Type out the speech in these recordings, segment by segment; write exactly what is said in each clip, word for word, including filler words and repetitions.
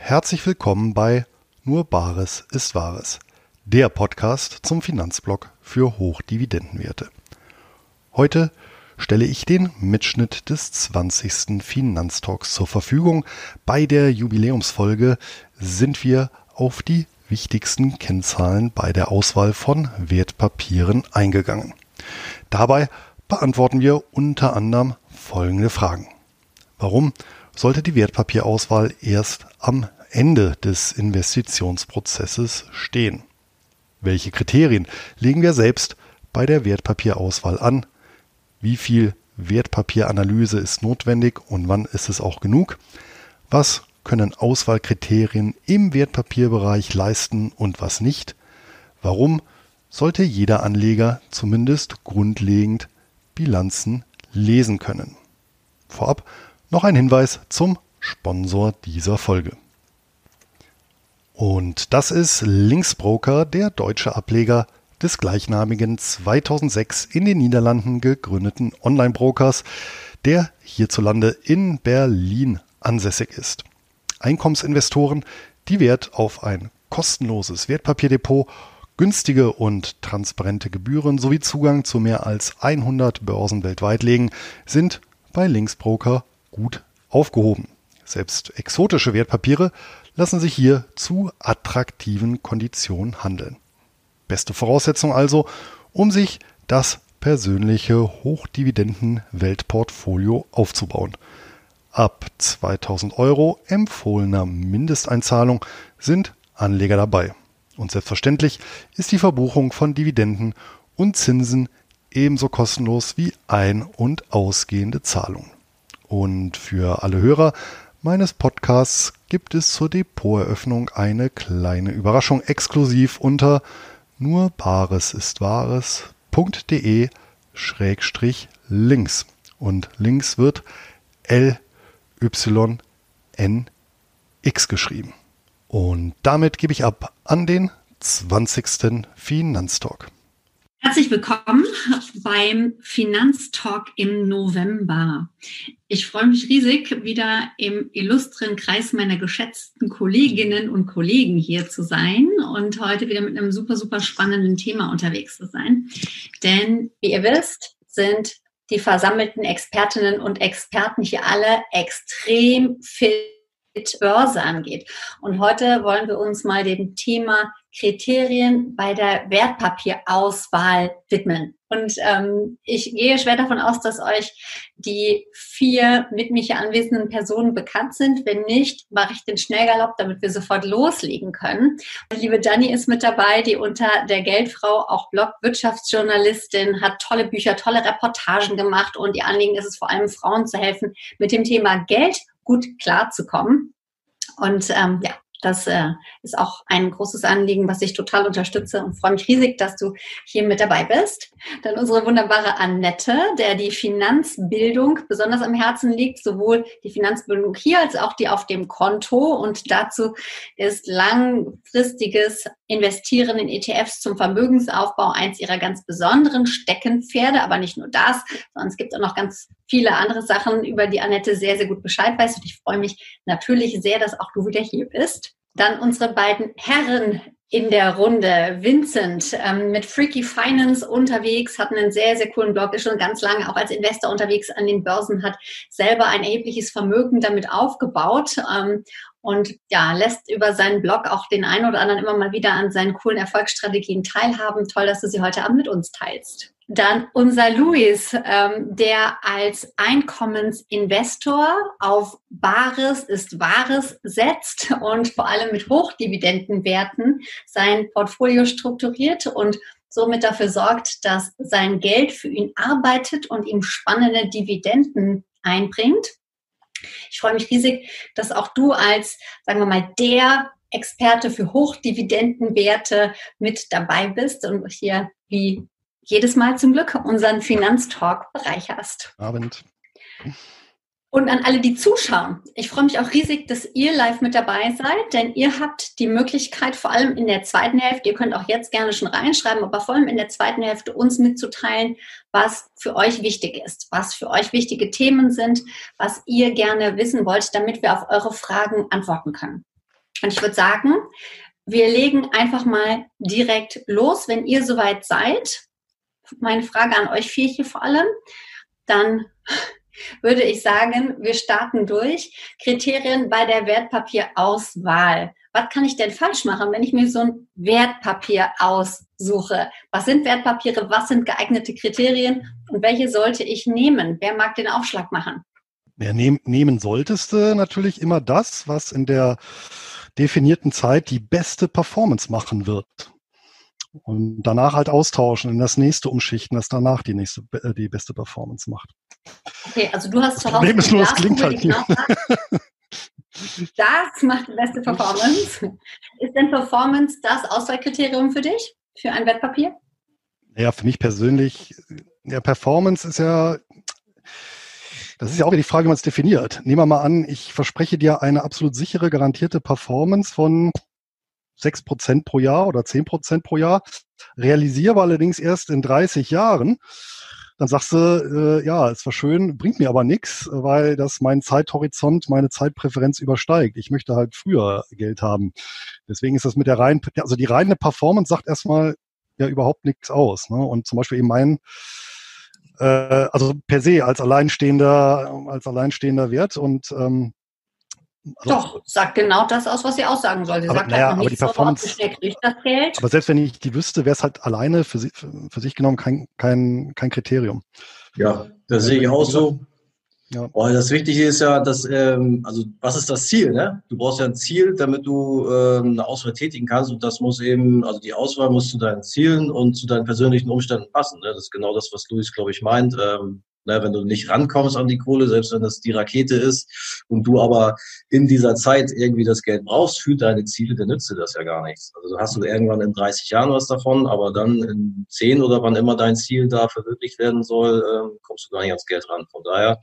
herzlich willkommen bei Nur Bares ist Wahres, der Podcast zum Finanzblog für Hochdividendenwerte. Heute stelle ich den Mitschnitt des zwanzigsten Finanztalks zur Verfügung. Bei der Jubiläumsfolge sind wir auf die wichtigsten Kennzahlen bei der Auswahl von Wertpapieren eingegangen. Dabei beantworten wir unter anderem folgende Fragen. Warum sollte die Wertpapierauswahl erst am Ende des Investitionsprozesses stehen? Welche Kriterien legen wir selbst bei der Wertpapierauswahl an? Wie viel Wertpapieranalyse ist notwendig und wann ist es auch genug? Was können Auswahlkriterien im Wertpapierbereich leisten und was nicht? Warum sollte jeder Anleger zumindest grundlegend Bilanzen lesen können? Vorab noch ein Hinweis zum Sponsor dieser Folge. Und das ist Linksbroker, der deutsche Ableger des gleichnamigen zweitausendsechs in den Niederlanden gegründeten Online-Brokers, der hierzulande in Berlin ansässig ist. Einkommensinvestoren, die Wert auf ein kostenloses Wertpapierdepot, günstige und transparente Gebühren sowie Zugang zu mehr als hundert Börsen weltweit legen, sind bei Linksbroker gut aufgehoben. Selbst exotische Wertpapiere lassen sich hier zu attraktiven Konditionen handeln. Beste Voraussetzung also, um sich das persönliche Hochdividenden-Weltportfolio aufzubauen. Ab zweitausend Euro empfohlener Mindesteinzahlung sind Anleger dabei. Und selbstverständlich ist die Verbuchung von Dividenden und Zinsen ebenso kostenlos wie ein- und ausgehende Zahlungen. Und für alle Hörer meines Podcasts gibt es zur Depoteröffnung eine kleine Überraschung exklusiv unter nurbaresistwahres.de schrägstrich links. Und links wird L Y N X geschrieben. Und damit gebe ich ab an den zwanzigsten Finanztalk. Herzlich willkommen beim Finanztalk im November. Ich freue mich riesig, wieder im illustren Kreis meiner geschätzten Kolleginnen und Kollegen hier zu sein und heute wieder mit einem super, super spannenden Thema unterwegs zu sein. Denn, wie ihr wisst, sind die versammelten Expertinnen und Experten hier alle extrem fit, Börse angeht. Und heute wollen wir uns mal dem Thema Kriterien bei der Wertpapierauswahl widmen. Und ähm, ich gehe schwer davon aus, dass euch die vier mit mir hier anwesenden Personen bekannt sind. Wenn nicht, mache ich den Schnellgalopp, damit wir sofort loslegen können. Die liebe Dani ist mit dabei, die unter der Geldfrau auch Blog-Wirtschaftsjournalistin, hat tolle Bücher, tolle Reportagen gemacht und ihr Anliegen ist es vor allem, Frauen zu helfen, mit dem Thema Geld gut klarzukommen. Und ähm, ja, das äh, ist auch ein großes Anliegen, was ich total unterstütze und freue mich riesig, dass du hier mit dabei bist. Dann unsere wunderbare Annette, der die Finanzbildung besonders am Herzen liegt, sowohl die Finanzbildung hier als auch die auf dem Konto. Und dazu ist langfristiges Investieren in E T Fs zum Vermögensaufbau eins ihrer ganz besonderen Steckenpferde. Aber nicht nur das, sondern es gibt auch noch ganz viele andere Sachen, über die Annette sehr, sehr gut Bescheid weiß. Und ich freue mich natürlich sehr, dass auch du wieder hier bist. Dann unsere beiden Herren in der Runde. Vincent ähm, mit Freaky Finance unterwegs, hat einen sehr, sehr coolen Blog, ist schon ganz lange auch als Investor unterwegs an den Börsen, hat selber ein erhebliches Vermögen damit aufgebaut ähm, und ja, lässt über seinen Blog auch den einen oder anderen immer mal wieder an seinen coolen Erfolgsstrategien teilhaben. Toll, dass du sie heute Abend mit uns teilst. Dann unser Luis, ähm, der als Einkommensinvestor auf Bares ist Wahres setzt und vor allem mit Hochdividendenwerten sein Portfolio strukturiert und somit dafür sorgt, dass sein Geld für ihn arbeitet und ihm spannende Dividenden einbringt. Ich freue mich riesig, dass auch du als, sagen wir mal, der Experte für Hochdividendenwerte mit dabei bist und hier wie jedes Mal zum Glück unseren Finanztalk bereicherst. Abend. Und an alle, die zuschauen, ich freue mich auch riesig, dass ihr live mit dabei seid, denn ihr habt die Möglichkeit, vor allem in der zweiten Hälfte, ihr könnt auch jetzt gerne schon reinschreiben, aber vor allem in der zweiten Hälfte uns mitzuteilen, was für euch wichtig ist, was für euch wichtige Themen sind, was ihr gerne wissen wollt, damit wir auf eure Fragen antworten können. Und ich würde sagen, wir legen einfach mal direkt los, wenn ihr soweit seid. Meine Frage an euch vier hier vor allem. Dann würde ich sagen, wir starten durch. Kriterien bei der Wertpapierauswahl. Was kann ich denn falsch machen, wenn ich mir so ein Wertpapier aussuche? Was sind Wertpapiere? Was sind geeignete Kriterien? Und welche sollte ich nehmen? Wer mag den Aufschlag machen? Ja, nehm, nehmen solltest du natürlich immer das, was in der definierten Zeit die beste Performance machen wird. Und danach halt austauschen, in das nächste umschichten, das danach die nächste, die beste Performance macht. Okay, also du hast das zu Hause Problem ist nur, es klingt halt nicht. Das macht die beste Performance. Ist denn Performance das Auswahlkriterium für dich, für ein Wertpapier? Ja, für mich persönlich, ja, Performance ist ja, das ist ja auch die Frage, wie man es definiert. Nehmen wir mal an, ich verspreche dir eine absolut sichere, garantierte Performance von sechs Prozent pro Jahr oder zehn Prozent pro Jahr, realisiere allerdings erst in dreißig Jahren. Dann sagst du, äh, ja, es war schön, bringt mir aber nichts, weil das meinen Zeithorizont, meine Zeitpräferenz übersteigt. Ich möchte halt früher Geld haben. Deswegen ist das mit der reinen, also die reine Performance sagt erstmal ja überhaupt nichts aus. Ne? Und zum Beispiel eben mein, äh, also per se als alleinstehender, als alleinstehender Wert und ähm, also, doch, sagt genau das aus, was sie aussagen soll. Sie aber, sagt naja, halt noch aber nicht die Performance, so, schnell kriegt das Geld. Aber selbst wenn ich die wüsste, wäre es halt alleine für, sie, für, für sich genommen kein, kein, kein Kriterium. Ja, das sehe ich auch so. Ja. Oh, das Wichtige ist ja, dass, ähm, also was ist das Ziel? Ne? Du brauchst ja ein Ziel, damit du ähm, eine Auswahl tätigen kannst, und das muss eben, also die Auswahl muss zu deinen Zielen und zu deinen persönlichen Umständen passen. Ne? Das ist genau das, was Luis, glaube ich, meint. Ähm, ne, wenn du nicht rankommst an die Kohle, selbst wenn das die Rakete ist und du aber in dieser Zeit irgendwie das Geld brauchst für deine Ziele, dann nützt dir das ja gar nichts. Also hast du irgendwann in dreißig Jahren was davon, aber dann in zehn oder wann immer dein Ziel da verwirklicht werden soll, ähm, kommst du gar nicht ans Geld ran. Von daher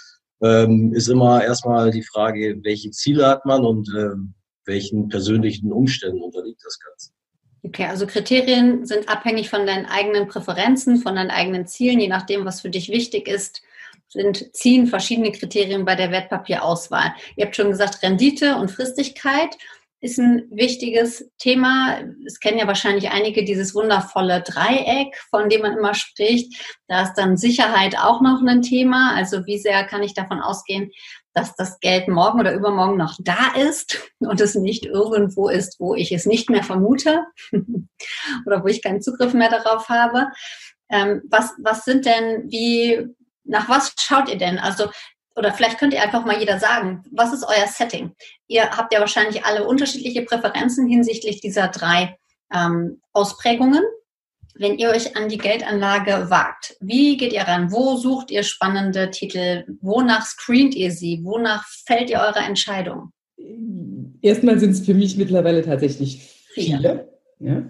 ähm, ist immer erstmal die Frage, welche Ziele hat man und ähm, welchen persönlichen Umständen unterliegt das Ganze. Okay, also Kriterien sind abhängig von deinen eigenen Präferenzen, von deinen eigenen Zielen, je nachdem, was für dich wichtig ist, sind, ziehen verschiedene Kriterien bei der Wertpapierauswahl. Ihr habt schon gesagt, Rendite und Fristigkeit ist ein wichtiges Thema. Es kennen ja wahrscheinlich einige dieses wundervolle Dreieck, von dem man immer spricht. Da ist dann Sicherheit auch noch ein Thema. Also wie sehr kann ich davon ausgehen, dass das Geld morgen oder übermorgen noch da ist und es nicht irgendwo ist, wo ich es nicht mehr vermute oder wo ich keinen Zugriff mehr darauf habe. Ähm, was, was sind denn, wie, nach was schaut ihr denn? Also, oder vielleicht könnt ihr einfach mal jeder sagen, was ist euer Setting? Ihr habt ja wahrscheinlich alle unterschiedliche Präferenzen hinsichtlich dieser drei ähm, Ausprägungen. Wenn ihr euch an die Geldanlage wagt, wie geht ihr ran? Wo sucht ihr spannende Titel? Wonach screent ihr sie? Wonach fällt ihr eure Entscheidung? Erstmal sind es für mich mittlerweile tatsächlich viele. Ja.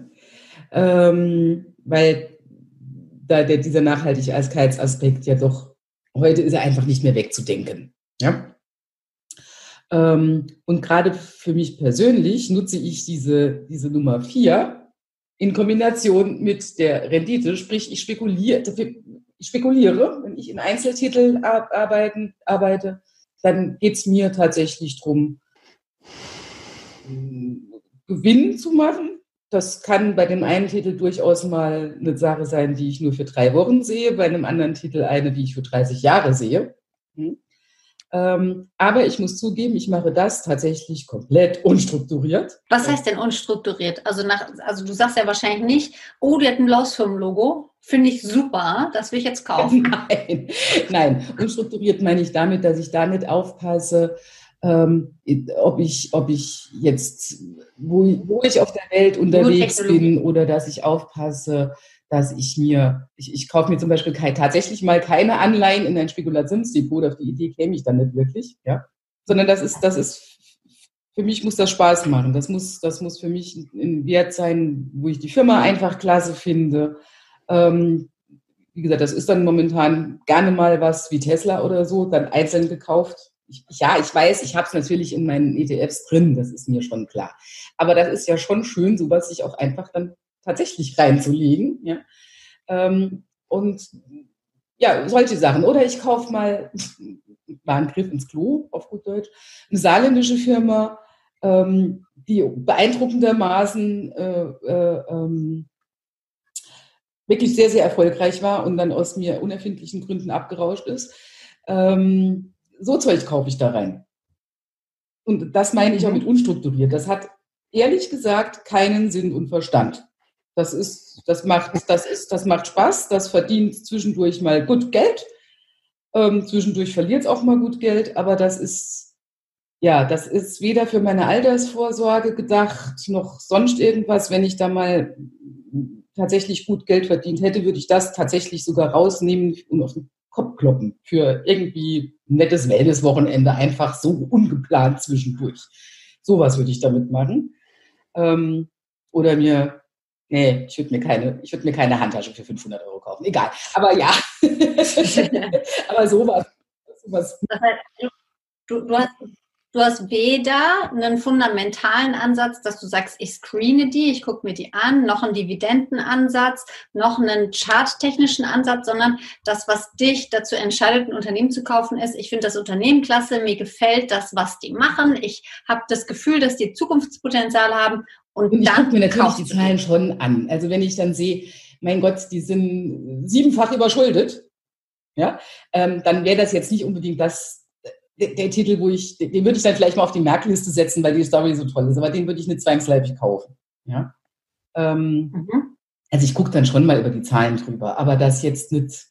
Ähm, weil da der, dieser Nachhaltigkeitsaspekt ja doch, heute ist er einfach nicht mehr wegzudenken. Ja. Ähm, und gerade für mich persönlich nutze ich diese, diese Nummer vier in Kombination mit der Rendite, sprich ich spekuliere, ich spekuliere, wenn ich in Einzeltitel arbeiten, arbeite, dann geht es mir tatsächlich darum, Gewinn zu machen. Das kann bei dem einen Titel durchaus mal eine Sache sein, die ich nur für drei Wochen sehe, bei einem anderen Titel eine, die ich für dreißig Jahre sehe. Hm. Ähm, aber ich muss zugeben, ich mache das tatsächlich komplett unstrukturiert. Was heißt denn unstrukturiert? Also, nach, also du sagst ja wahrscheinlich nicht, oh, die hat ein blaues Firmenlogo, finde ich super, das will ich jetzt kaufen. Nein, nein, unstrukturiert meine ich damit, dass ich da nicht aufpasse, ähm, ob ich, ob ich jetzt, wo, wo ich auf der Welt unterwegs bin, oder dass ich aufpasse, dass ich mir, ich, ich kaufe mir zum Beispiel kein, tatsächlich mal keine Anleihen in ein Spekulationsdepot, auf die Idee käme ich dann nicht wirklich, ja, sondern das ist, das ist, für mich muss das Spaß machen, das muss, das muss für mich ein Wert sein, wo ich die Firma einfach klasse finde. Ähm, wie gesagt, das ist dann momentan gerne mal was wie Tesla oder so, dann einzeln gekauft. Ich, ja, ich weiß, ich habe es natürlich in meinen E T Fs drin, das ist mir schon klar. Aber das ist ja schon schön, sowas sich auch einfach dann tatsächlich reinzulegen. Ja? Ähm, und ja, solche Sachen. Oder ich kaufe mal, war ein Griff ins Klo, auf gut Deutsch, eine saarländische Firma, ähm, die beeindruckendermaßen äh, äh, ähm, wirklich sehr, sehr erfolgreich war und dann aus mir unerfindlichen Gründen abgerauscht ist. Ähm, so Zeug kaufe ich da rein. Und das meine ich auch mit unstrukturiert. Das hat ehrlich gesagt keinen Sinn und Verstand. Das ist, das macht, das ist, das macht Spaß, das verdient zwischendurch mal gut Geld. Ähm, zwischendurch verliert es auch mal gut Geld, aber das ist, ja, das ist weder für meine Altersvorsorge gedacht, noch sonst irgendwas. Wenn ich da mal tatsächlich gut Geld verdient hätte, würde ich das tatsächlich sogar rausnehmen und auf den Kopf kloppen für irgendwie ein nettes Wellness-Wochenende, einfach so ungeplant zwischendurch. Sowas würde ich damit machen. Ähm, oder mir, nee, ich würde mir keine, ich würde mir keine Handtasche für fünfhundert Euro kaufen. Egal. Aber ja. Aber sowas. sowas. Das heißt, du, du hast Du hast weder einen fundamentalen Ansatz, dass du sagst, ich screene die, ich gucke mir die an, noch einen Dividendenansatz, noch einen charttechnischen Ansatz, sondern das, was dich dazu entscheidet, ein Unternehmen zu kaufen, ist, ich finde das Unternehmen klasse, mir gefällt das, was die machen, ich habe das Gefühl, dass die Zukunftspotenzial haben und, und ich dann gucke mir natürlich die Zahlen schon an. Also wenn ich dann sehe, mein Gott, die sind siebenfach überschuldet, ja, ähm, dann wäre das jetzt nicht unbedingt das, Der, der Titel, wo ich, den würde ich dann vielleicht mal auf die Merkliste setzen, weil die Story so toll ist, aber den würde ich nicht zwangsläufig kaufen. Ja? Ähm, mhm. Also ich gucke dann schon mal über die Zahlen drüber, aber das jetzt nicht,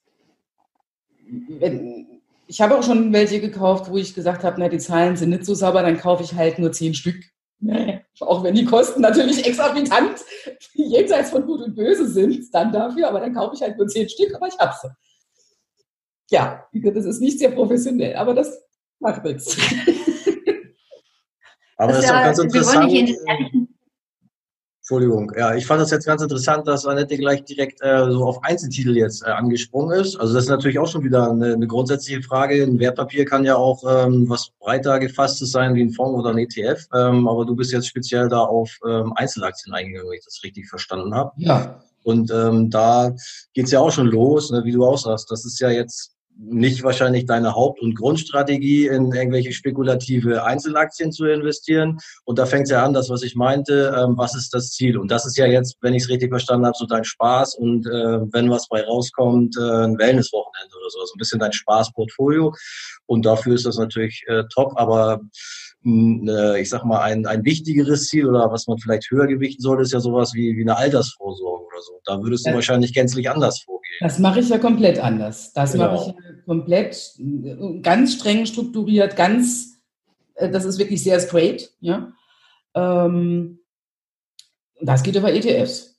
wenn, ich habe auch schon welche gekauft, wo ich gesagt habe, na, die Zahlen sind nicht so sauber, dann kaufe ich halt nur zehn Stück. Nee. Auch wenn die Kosten natürlich exorbitant jenseits von Gut und Böse sind, dann dafür, aber dann kaufe ich halt nur zehn Stück, aber ich habe sie. Ja, das ist nicht sehr professionell, aber das macht nichts. Aber das ist ja, auch ganz interessant. Entschuldigung, ja, ich fand das jetzt ganz interessant, dass Annette gleich direkt äh, so auf Einzeltitel jetzt äh, angesprungen ist. Also das ist natürlich auch schon wieder eine, eine grundsätzliche Frage. Ein Wertpapier kann ja auch ähm, was breiter gefasstes sein wie ein Fonds oder ein E T F. Ähm, aber du bist jetzt speziell da auf ähm, Einzelaktien eingegangen, wenn ich das richtig verstanden habe. Ja. Und ähm, da geht's ja auch schon los, ne, wie du auch sagst. Das ist ja jetzt nicht wahrscheinlich deine Haupt- und Grundstrategie, in irgendwelche spekulative Einzelaktien zu investieren. Und da fängt es ja an, das, was ich meinte, ähm, was ist das Ziel? Und das ist ja jetzt, wenn ich es richtig verstanden habe, so dein Spaß und äh, wenn was bei rauskommt, äh, ein Wellnesswochenende oder so. Also ein bisschen dein Spaßportfolio. Und dafür ist das natürlich äh, top, aber äh, ich sag mal, ein, ein wichtigeres Ziel oder was man vielleicht höher gewichten sollte, ist ja sowas wie, wie eine Altersvorsorge oder so. Da würdest du ja wahrscheinlich gänzlich anders vorgehen. Das mache ich ja komplett anders. Das Genau. mache ich ja komplett ganz streng strukturiert, ganz, das ist wirklich sehr straight, ja. Ähm, das geht über E T Fs.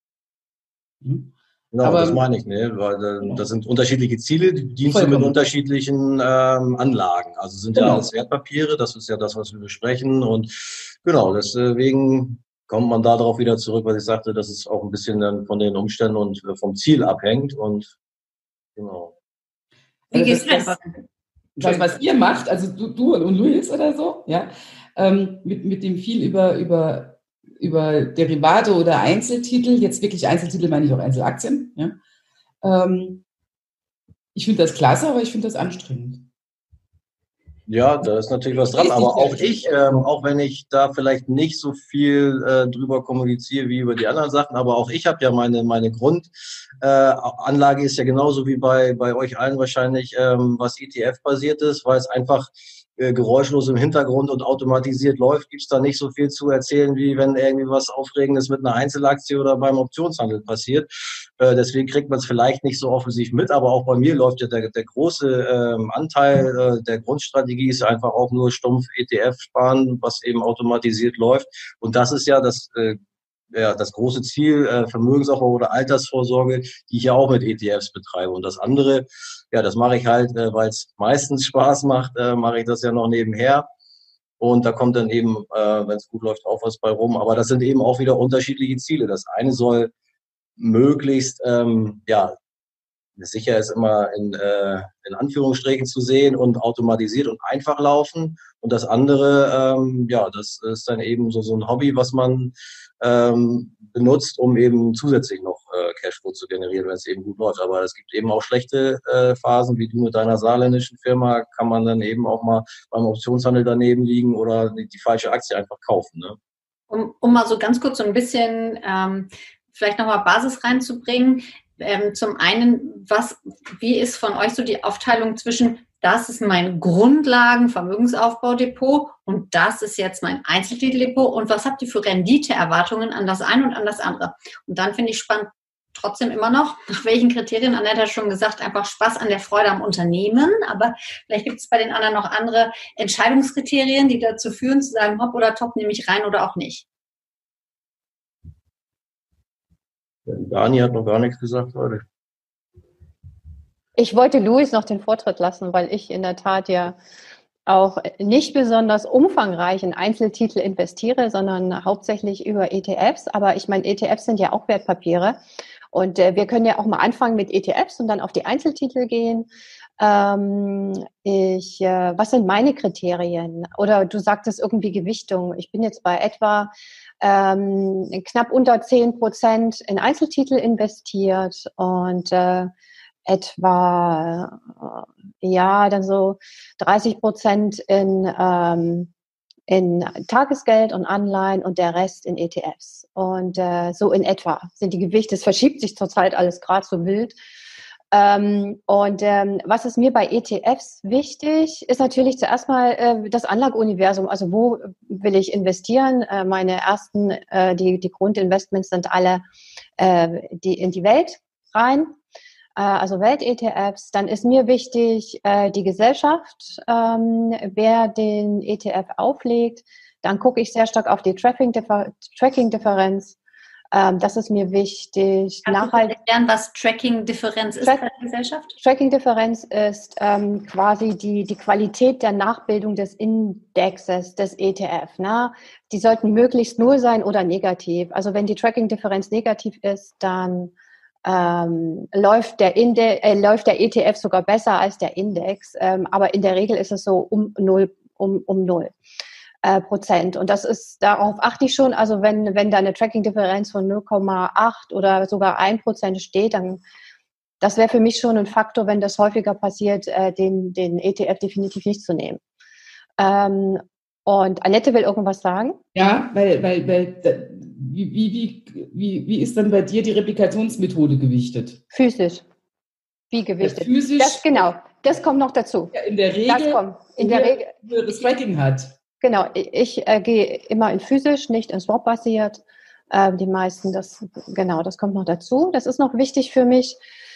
Hm. Genau, aber das meine ich, ne? Weil äh, das sind unterschiedliche Ziele, die dienst du mit unterschiedlichen ähm, Anlagen. Also sind genau. ja alles Wertpapiere, das ist ja das, was wir besprechen. Und genau, deswegen kommt man da darauf wieder zurück, was ich sagte, dass es auch ein bisschen dann von den Umständen und vom Ziel abhängt. Und genau. Wie also das, das, das, was ihr macht, also du, du und Luis oder so, ja, ähm, mit, mit dem viel über, über über Derivate oder Einzeltitel, jetzt wirklich Einzeltitel meine ich auch Einzelaktien. Ja. Ähm, ich finde das klasse, aber ich finde das anstrengend. Ja, da ist natürlich was dran, aber auch ich, ähm, auch wenn ich da vielleicht nicht so viel äh, drüber kommuniziere wie über die anderen Sachen, aber auch ich habe ja meine meine Grundanlage äh, ist ja genauso wie bei bei euch allen wahrscheinlich, ähm, was E T F-basiert ist, weil es einfach äh, geräuschlos im Hintergrund und automatisiert läuft, gibt's da nicht so viel zu erzählen, wie wenn irgendwie was Aufregendes mit einer Einzelaktie oder beim Optionshandel passiert. Äh, deswegen kriegt man es vielleicht nicht so offensiv mit, aber auch bei mir läuft ja der, der große ähm, Anteil äh, der Grundstrategie ist einfach auch nur stumpf E T F sparen, was eben automatisiert läuft. Und das ist ja das äh, ja, das große Ziel, äh, Vermögensaufbau oder Altersvorsorge, die ich ja auch mit E T Fs betreibe. Und das andere, ja, das mache ich halt, äh, weil es meistens Spaß macht, äh, mache ich das ja noch nebenher. Und da kommt dann eben, äh, wenn es gut läuft, auch was bei rum. Aber das sind eben auch wieder unterschiedliche Ziele. Das eine soll möglichst, ähm, ja, sicher ist immer in, äh, in Anführungsstrichen zu sehen und automatisiert und einfach laufen. Und das andere, ähm, ja, das ist dann eben so, so ein Hobby, was man ähm, benutzt, um eben zusätzlich noch äh, Cashflow zu generieren, wenn es eben gut läuft. Aber es gibt eben auch schlechte äh, Phasen, wie du mit deiner saarländischen Firma, kann man dann eben auch mal beim Optionshandel daneben liegen oder die, die falsche Aktie einfach kaufen, ne? Um, um mal so ganz kurz so ein bisschen ähm, vielleicht nochmal Basis reinzubringen. Ähm, zum einen, was, wie ist von euch so die Aufteilung zwischen, das ist mein Grundlagen-Vermögensaufbaudepot und das ist jetzt mein Einzeltiteldepot und was habt ihr für Renditeerwartungen an das eine und an das andere? Und dann finde ich spannend, trotzdem immer noch, nach welchen Kriterien, Annette hat schon gesagt, einfach Spaß an der Freude am Unternehmen, aber vielleicht gibt es bei den anderen noch andere Entscheidungskriterien, die dazu führen, zu sagen, hopp oder top, nehme ich rein oder auch nicht. Dani hat noch gar nichts gesagt heute. Ich wollte Luis noch den Vortritt lassen, weil ich in der Tat ja auch nicht besonders umfangreich in Einzeltitel investiere, sondern hauptsächlich über E T Fs. Aber ich meine, E T Fs sind ja auch Wertpapiere. Und äh, wir können ja auch mal anfangen mit E T Fs und dann auf die Einzeltitel gehen. Ähm, ich, äh, was sind meine Kriterien? Oder du sagtest irgendwie Gewichtung. Ich bin jetzt bei etwa ähm, knapp unter zehn Prozent in Einzeltitel investiert und äh, etwa, äh, ja, dann so dreißig Prozent in, ähm, in Tagesgeld und Anleihen und der Rest in E T Fs. Und äh, so in etwa sind die Gewichte. Es verschiebt sich zurzeit alles gerade so wild. Ähm, und ähm, was ist mir bei E T Fs wichtig, ist natürlich zuerst mal äh, das Anlageuniversum. Also wo will ich investieren? Äh, meine ersten, äh, die, die Grundinvestments sind alle äh, die, in die Welt rein. Äh, also Welt-E T Fs. Dann ist mir wichtig äh, die Gesellschaft, ähm, wer den E T F auflegt. Dann gucke ich sehr stark auf die Tracking-Differenz. Ähm, das ist mir wichtig. Kannst Nachhalt- du erklären, was Tracking-Differenz ist Track- bei der Gesellschaft? Tracking-Differenz ist ähm, quasi die, die Qualität der Nachbildung des Indexes des E T F. Ne? Die sollten möglichst null sein oder negativ. Also wenn die Tracking-Differenz negativ ist, dann ähm, läuft, der Inde- äh, läuft der E T F sogar besser als der Index. Ähm, aber in der Regel ist es so um null, um, um null. Äh, Prozent. Und das ist, darauf achte ich schon, also wenn, wenn da eine Tracking-Differenz von null Komma acht oder sogar ein Prozent steht, dann, das wäre für mich schon ein Faktor, wenn das häufiger passiert, äh, den, den E T F definitiv nicht zu nehmen. Ähm, und Annette will irgendwas sagen? Ja, weil, weil, weil, wie, wie, wie, wie ist dann bei dir die Replikationsmethode gewichtet? Physisch. Wie gewichtet? Ja, physisch. Das, genau, das kommt noch dazu. Ja, in der Regel, das kommt. In der Regel, höheres Tracking hat. Genau, ich äh, gehe immer in physisch, nicht in Swap basiert. Äh, die meisten, das genau, das kommt noch dazu. Das ist noch wichtig für mich.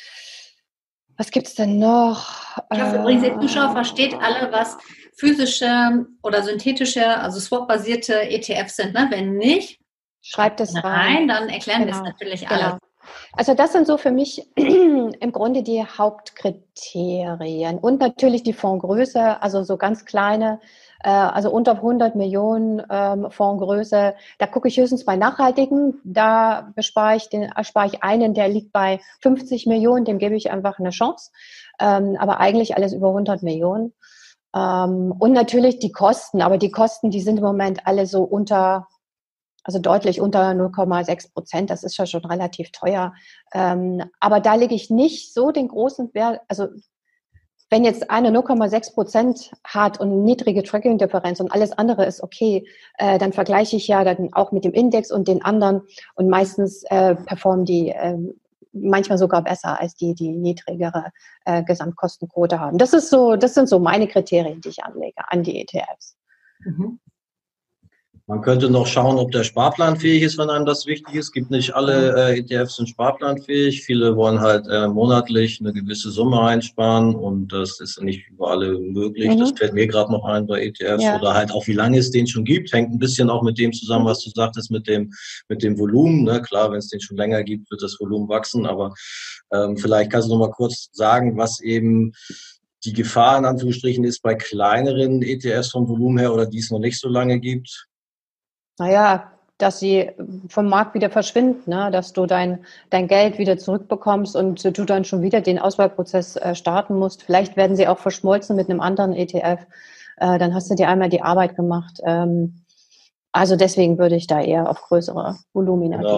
Was gibt's denn noch? Ich hoffe, übrigens, ihr Zuschauer versteht alle, was physische oder synthetische, also Swap-basierte E T Fs sind. Ne? Wenn nicht, schreibt es rein. rein, dann erklären genau. wir es natürlich genau. alle. Also das sind so für mich im Grunde die Hauptkriterien. Und natürlich die Fondsgröße, also so ganz kleine, äh, also unter hundert Millionen ähm, Fondsgröße. Da gucke ich höchstens bei nachhaltigen. Da bespare ich, den, erspare ich einen, der liegt bei fünfzig Millionen, dem gebe ich einfach eine Chance. Ähm, aber eigentlich alles über hundert Millionen. Ähm, und natürlich die Kosten, aber die Kosten, die sind im Moment alle so unter... Also deutlich unter null Komma sechs Prozent, das ist ja schon relativ teuer. Ähm, aber da lege ich nicht so den großen Wert, also wenn jetzt eine null Komma sechs Prozent hat und niedrige Tracking-Differenz und alles andere ist okay, äh, dann vergleiche ich ja dann auch mit dem Index und den anderen und meistens äh, performen die äh, manchmal sogar besser als die, die niedrigere äh, Gesamtkostenquote haben. Das ist so, das sind so meine Kriterien, die ich anlege an die E T Fs. Mhm. Man könnte noch schauen, ob der Sparplan fähig ist, wenn einem das wichtig ist. Es gibt nicht alle äh, E T Fs sind sparplanfähig. Viele wollen halt äh, monatlich eine gewisse Summe einsparen und das ist nicht über alle möglich. Mhm. Das fällt mir gerade noch ein bei E T Fs ja. Oder halt auch, wie lange es den schon gibt. Hängt ein bisschen auch mit dem zusammen, was du sagtest, mit dem mit dem Volumen. Ne? Klar, wenn es den schon länger gibt, wird das Volumen wachsen. Aber ähm, vielleicht kannst du noch mal kurz sagen, was eben die Gefahr in Anführungsstrichen ist bei kleineren E T Fs vom Volumen her oder die es noch nicht so lange gibt. Naja, dass sie vom Markt wieder verschwinden, ne? Dass du dein, dein Geld wieder zurückbekommst und du dann schon wieder den Auswahlprozess äh, starten musst. Vielleicht werden sie auch verschmolzen mit einem anderen E T F. Äh, dann hast du dir einmal die Arbeit gemacht. Ähm, also deswegen würde ich da eher auf größere Volumina genau. gehen.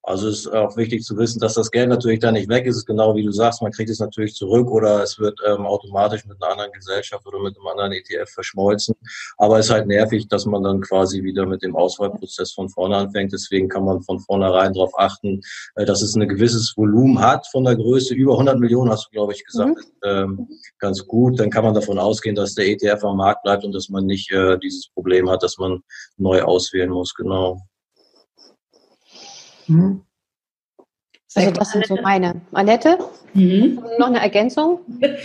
Also es ist auch wichtig zu wissen, dass das Geld natürlich da nicht weg ist. Es ist genau wie du sagst, man kriegt es natürlich zurück oder es wird ähm, automatisch mit einer anderen Gesellschaft oder mit einem anderen E T F verschmolzen. Aber es ist halt nervig, dass man dann quasi wieder mit dem Auswahlprozess von vorne anfängt. Deswegen kann man von vornherein darauf achten, äh, dass es ein gewisses Volumen hat von der Größe. Über hundert Millionen hast du, glaube ich, gesagt. Mhm. Ist, ähm, ganz gut. Dann kann man davon ausgehen, dass der E T F am Markt bleibt und dass man nicht äh, dieses Problem hat, dass man neu auswählen muss. Genau. Mhm. Also das sind so meine. Annette, mhm. noch eine Ergänzung?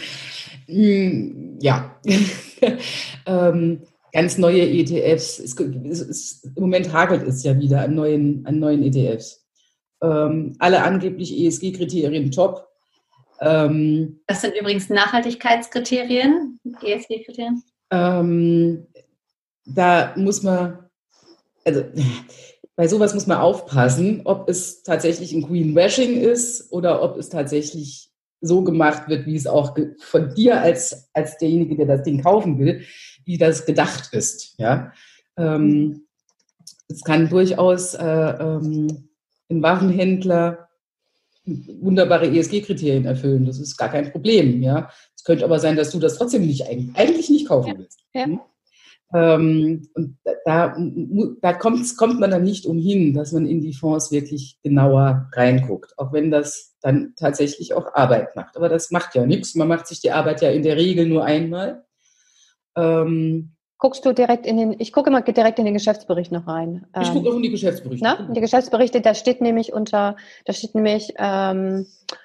Ja, ähm, ganz neue E T Fs. Es, es, es, Im Moment hagelt es ja wieder an neuen, an neuen E T Fs. Ähm, alle angeblich E S G-Kriterien top. Ähm, das sind übrigens Nachhaltigkeitskriterien, E S G-Kriterien. Ähm, da muss man, also bei sowas muss man aufpassen, ob es tatsächlich ein Greenwashing ist oder ob es tatsächlich so gemacht wird, wie es auch von dir als, als derjenige, der das Ding kaufen will, wie das gedacht ist. Ja? Ähm, es kann durchaus äh, ähm, ein Warenhändler wunderbare E S G-Kriterien erfüllen. Das ist gar kein Problem. Ja? Es könnte aber sein, dass du das trotzdem nicht eigentlich nicht kaufen willst. Ja. Hm? Ähm, und da, da kommt, kommt man dann nicht umhin, dass man in die Fonds wirklich genauer reinguckt, auch wenn das dann tatsächlich auch Arbeit macht. Aber das macht ja nichts. Man macht sich die Arbeit ja in der Regel nur einmal. Ähm, Guckst du direkt in den, ich gucke immer direkt in den Geschäftsbericht noch rein. Ich ähm, gucke auch in die Geschäftsberichte. Na, in die Geschäftsberichte, da steht nämlich unter, da steht nämlich, ähm,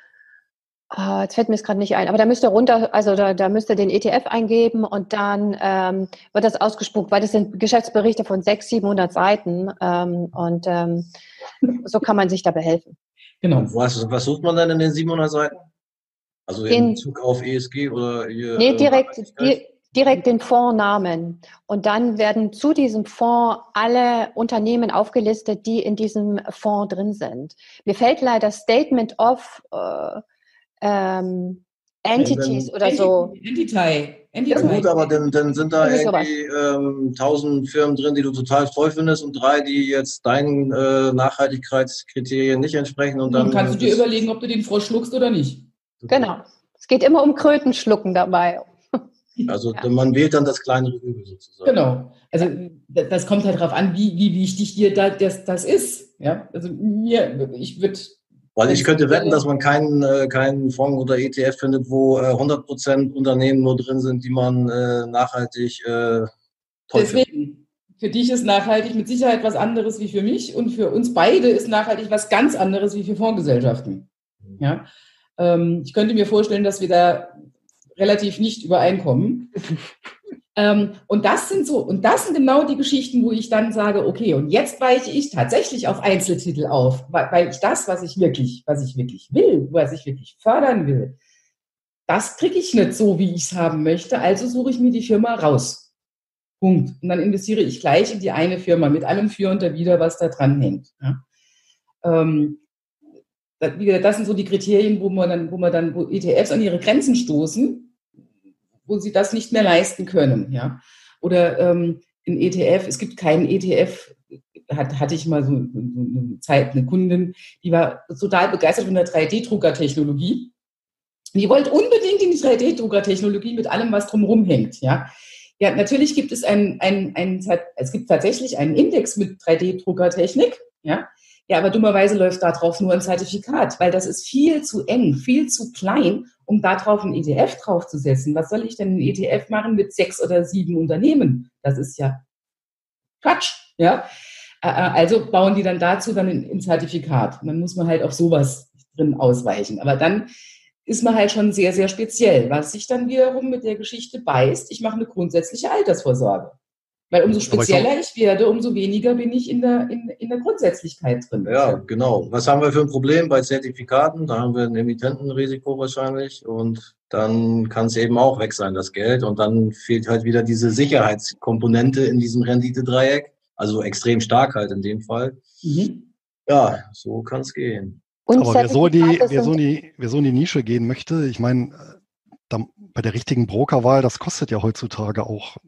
oh, jetzt fällt mir es gerade nicht ein, aber da müsst ihr runter, also da, da müsst ihr den E T F eingeben und dann ähm, wird das ausgespuckt, weil das sind Geschäftsberichte von sechshundert, siebenhundert Seiten ähm, und ähm, so kann man sich da behelfen. Genau. Was, was sucht man dann in den siebenhundert Seiten? Also in Bezug auf E S G oder hier? Nee, direkt, die, direkt den Fondsnamen. Und dann werden zu diesem Fonds alle Unternehmen aufgelistet, die in diesem Fonds drin sind. Mir fällt leider Statement of äh, ähm, Entities oder so. Entity. Ja gut, aber dann, dann sind da irgendwie ähm, tausend Firmen drin, die du total toll findest und drei, die jetzt deinen äh, Nachhaltigkeitskriterien nicht entsprechen. Und dann, dann kannst du dir überlegen, ob du den Frosch schluckst oder nicht. Genau. Es geht immer um Krötenschlucken dabei. Also ja. Man wählt dann das kleinere Übel sozusagen. Genau. Also das kommt halt darauf an, wie, wie wichtig dir da, das, das ist. Ja? Also mir, ich würde... Weil ich könnte wetten, dass man keinen, äh, keinen Fonds oder E T F findet, wo äh, hundert Prozent Unternehmen nur drin sind, die man äh, nachhaltig äh, toll Deswegen, findet. Für dich ist nachhaltig mit Sicherheit was anderes wie für mich und für uns beide ist nachhaltig was ganz anderes wie für Fondsgesellschaften. Ja? Ähm, ich könnte mir vorstellen, dass wir da relativ nicht übereinkommen. ähm, und das sind so, und das sind genau die Geschichten, wo ich dann sage, okay, und jetzt weiche ich tatsächlich auf Einzeltitel auf, weil, weil ich das, was ich wirklich, was ich wirklich will, was ich wirklich fördern will, das kriege ich nicht so, wie ich es haben möchte, also suche ich mir die Firma raus. Punkt. Und dann investiere ich gleich in die eine Firma mit allem Für und Wider, was da dran hängt. Ja? Ähm, das sind so die Kriterien, wo man dann, wo man dann, wo E T Fs an ihre Grenzen stoßen, wo sie das nicht mehr leisten können, ja. Oder ähm, ein E T F, es gibt keinen E T F, hat, hatte ich mal so, so eine Zeit, eine Kundin, die war total begeistert von der drei D-Drucker-Technologie. Die wollte unbedingt in die drei D-Drucker-Technologie mit allem, was drumherum hängt, ja. Ja, natürlich gibt es ein, ein, ein, es gibt tatsächlich einen Index mit drei D-Druckertechnik, ja. Ja, aber dummerweise läuft da drauf nur ein Zertifikat, weil das ist viel zu eng, viel zu klein, um da drauf ein E T F draufzusetzen. Was soll ich denn ein E T F machen mit sechs oder sieben Unternehmen? Das ist ja Quatsch, ja. Also bauen die dann dazu dann ein Zertifikat. Und dann muss man halt auf sowas drin ausweichen. Aber dann ist man halt schon sehr, sehr speziell, was sich dann wiederum mit der Geschichte beißt. Ich mache eine grundsätzliche Altersvorsorge. Weil umso spezieller ich werde, umso weniger bin ich in der, in, in der Grundsätzlichkeit drin. Ja, genau. Was haben wir für ein Problem bei Zertifikaten? Da haben wir ein Emittentenrisiko wahrscheinlich und dann kann es eben auch weg sein, das Geld. Und dann fehlt halt wieder diese Sicherheitskomponente in diesem Renditedreieck. Also extrem stark halt in dem Fall. Mhm. Ja, so kann es gehen. Und aber wer so, die, wer, so in die, wer so in die Nische gehen möchte, ich meine, bei der richtigen Brokerwahl, das kostet ja heutzutage auch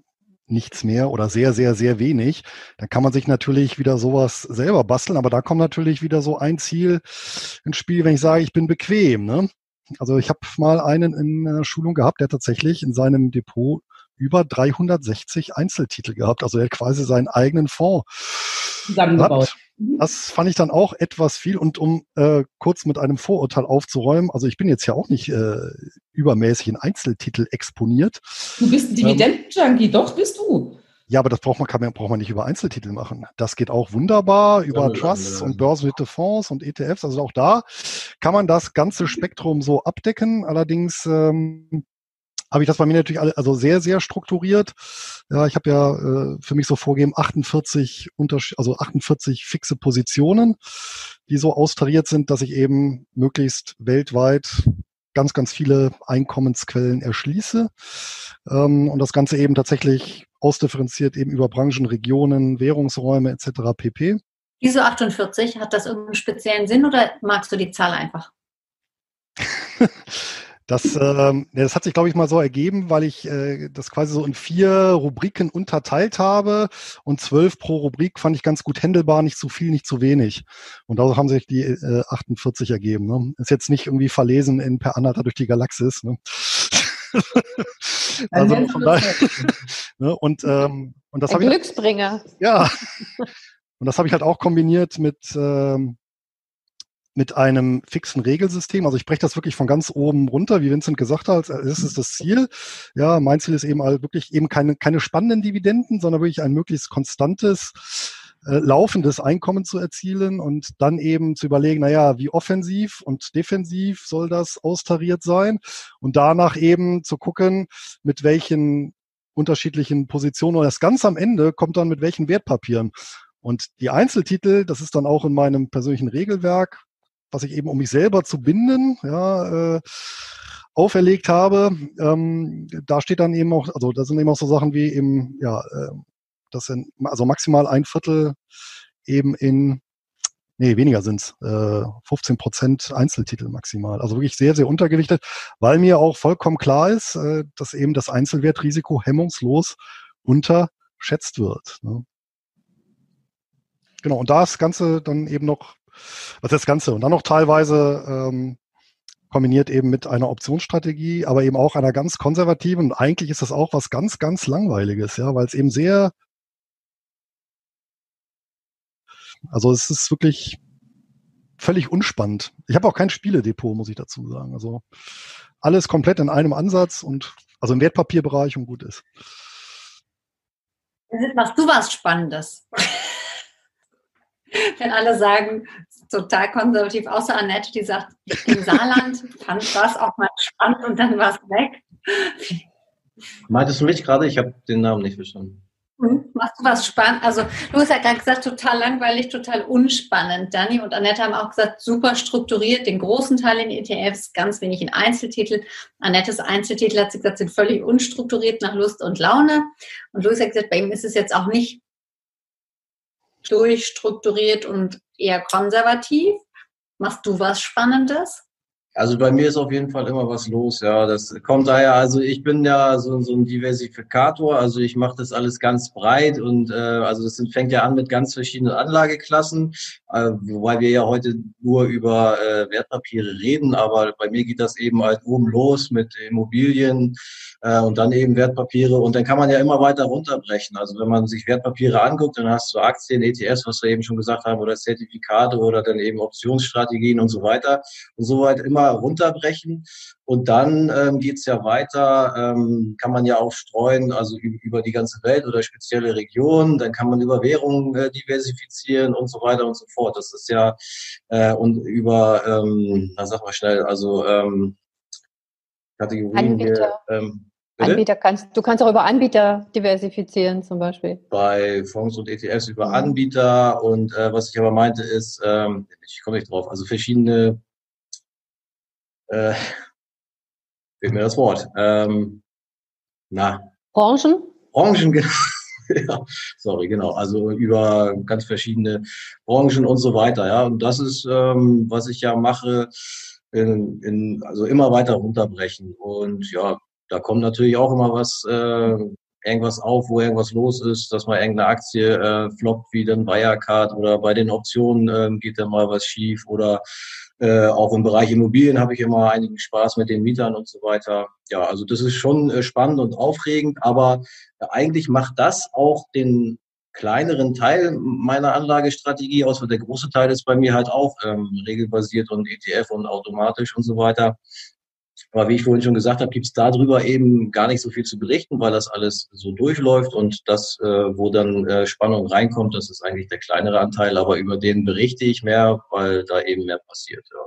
nichts mehr oder sehr, sehr, sehr wenig. Dann kann man sich natürlich wieder sowas selber basteln, aber da kommt natürlich wieder so ein Ziel ins Spiel, wenn ich sage, ich bin bequem. Ne? Also ich habe mal einen in einer Schulung gehabt, der tatsächlich in seinem Depot über dreihundertsechzig Einzeltitel gehabt. Also er hat quasi seinen eigenen Fonds zusammengebaut. Das fand ich dann auch etwas viel. Und um äh, kurz mit einem Vorurteil aufzuräumen, also ich bin jetzt ja auch nicht äh, übermäßig in Einzeltitel exponiert. Du bist ein Dividenden-Junkie, ähm, doch bist du. Ja, aber das braucht man, kann man, braucht man nicht über Einzeltitel machen. Das geht auch wunderbar über Trusts und börsennotierte Fonds und E T Fs. Also auch da kann man das ganze Spektrum so abdecken. Allerdings ähm, habe ich das bei mir natürlich alle, also sehr, sehr strukturiert. Ja, ich habe ja äh, für mich so vorgegeben achtundvierzig Unterschied, also achtundvierzig fixe Positionen, die so austariert sind, dass ich eben möglichst weltweit ganz, ganz viele Einkommensquellen erschließe ähm, und das Ganze eben tatsächlich ausdifferenziert eben über Branchen, Regionen, Währungsräume et cetera pp. Wieso achtundvierzig? Hat das irgendeinen speziellen Sinn oder magst du die Zahl einfach? Das, ähm, das hat sich, glaube ich, mal so ergeben, weil ich äh, das quasi so in vier Rubriken unterteilt habe und zwölf pro Rubrik fand ich ganz gut handelbar, nicht zu viel, nicht zu wenig. Und daraus haben sich die äh, achtundvierzig ergeben. Ne? Ist jetzt nicht irgendwie verlesen in Per Anhalter durch die Galaxis. Ne? Also von daher, ne? Und, ähm, und das Ein habe ich Glücksbringer. Ja. Und das habe ich halt auch kombiniert mit ähm, mit einem fixen Regelsystem. Also ich breche das wirklich von ganz oben runter, wie Vincent gesagt hat. Das ist das Ziel. Ja, mein Ziel ist eben halt wirklich eben keine, keine spannenden Dividenden, sondern wirklich ein möglichst konstantes, äh, laufendes Einkommen zu erzielen und dann eben zu überlegen, naja, wie offensiv und defensiv soll das austariert sein? Und danach eben zu gucken, mit welchen unterschiedlichen Positionen oder das ganz am Ende kommt dann mit welchen Wertpapieren. Und die Einzeltitel, das ist dann auch in meinem persönlichen Regelwerk, was ich eben, um mich selber zu binden, ja, äh, auferlegt habe. Ähm, da steht dann eben auch, also da sind eben auch so Sachen wie eben, ja, äh, das sind also maximal ein Viertel eben in, nee, weniger sind's, äh, fünfzehn Prozent Einzeltitel maximal. Also wirklich sehr, sehr untergewichtet, weil mir auch vollkommen klar ist, äh, dass eben das Einzelwertrisiko hemmungslos unterschätzt wird. Ne? Genau, und da ist das Ganze dann eben noch, was ist das Ganze? Und dann noch teilweise ähm, kombiniert eben mit einer Optionsstrategie, aber eben auch einer ganz konservativen. Und eigentlich ist das auch was ganz, ganz Langweiliges, ja, weil es eben sehr, also es ist wirklich völlig unspannend. Ich habe auch kein Spieledepot, muss ich dazu sagen. Also alles komplett in einem Ansatz und also im Wertpapierbereich und gut ist. Machst du was Spannendes? Wenn alle sagen, total konservativ, außer Annette, die sagt, ich bin Saarland, fand das auch mal spannend und dann war es weg. Meintest du mich gerade? Ich habe den Namen nicht verstanden. Hm, machst du was spannend? Also du hast ja gerade gesagt, total langweilig, total unspannend. Dani und Annette haben auch gesagt, super strukturiert, den großen Teil in E T Fs, ganz wenig in Einzeltitel. Annettes Einzeltitel, hat sie gesagt, sind völlig unstrukturiert nach Lust und Laune. Und Louis hat gesagt, bei ihm ist es jetzt auch nicht durchstrukturiert und eher konservativ. Machst du was Spannendes? Also bei mir ist auf jeden Fall immer was los, ja. Das kommt daher, also ich bin ja so, so ein Diversifikator, also ich mache das alles ganz breit und äh, also das fängt ja an mit ganz verschiedenen Anlageklassen, äh, wobei wir ja heute nur über äh, Wertpapiere reden, aber bei mir geht das eben halt oben los mit Immobilien äh, und dann eben Wertpapiere und dann kann man ja immer weiter runterbrechen. Also wenn man sich Wertpapiere anguckt, dann hast du Aktien, E T Fs, was wir eben schon gesagt haben, oder Zertifikate oder dann eben Optionsstrategien und so weiter und so weit immer runterbrechen und dann ähm, geht's ja weiter, ähm, kann man ja auch streuen, also über die ganze Welt oder spezielle Regionen, dann kann man über Währungen äh, diversifizieren und so weiter und so fort. Das ist ja äh, und über, ähm, na sag mal schnell, also ähm, Kategorien Anbieter. hier. Ähm, Anbieter kannst, du kannst auch über Anbieter diversifizieren zum Beispiel. Bei Fonds und E T Fs über mhm. Anbieter und äh, was ich aber meinte ist, ähm, ich komme nicht drauf, also verschiedene Äh, fehlt mir das Wort. Ähm, na. Branchen? Branchen, genau. Ja, sorry, genau. Also über ganz verschiedene Branchen und so weiter. Ja, und das ist, ähm, was ich ja mache, in, in, also immer weiter runterbrechen. Und ja, da kommt natürlich auch immer was äh, irgendwas auf, wo irgendwas los ist, dass mal irgendeine Aktie äh, floppt wie den Wirecard oder bei den Optionen ähm, geht dann mal was schief oder äh, auch im Bereich Immobilien habe ich immer einigen Spaß mit den Mietern und so weiter. Ja, also das ist schon äh, spannend und aufregend, aber äh, eigentlich macht das auch den kleineren Teil meiner Anlagestrategie aus, weil der große Teil ist bei mir halt auch ähm, regelbasiert und E T F und automatisch und so weiter. Aber wie ich vorhin schon gesagt habe, gibt es darüber eben gar nicht so viel zu berichten, weil das alles so durchläuft und das, äh, wo dann äh, Spannung reinkommt, das ist eigentlich der kleinere Anteil, aber über den berichte ich mehr, weil da eben mehr passiert. Ja.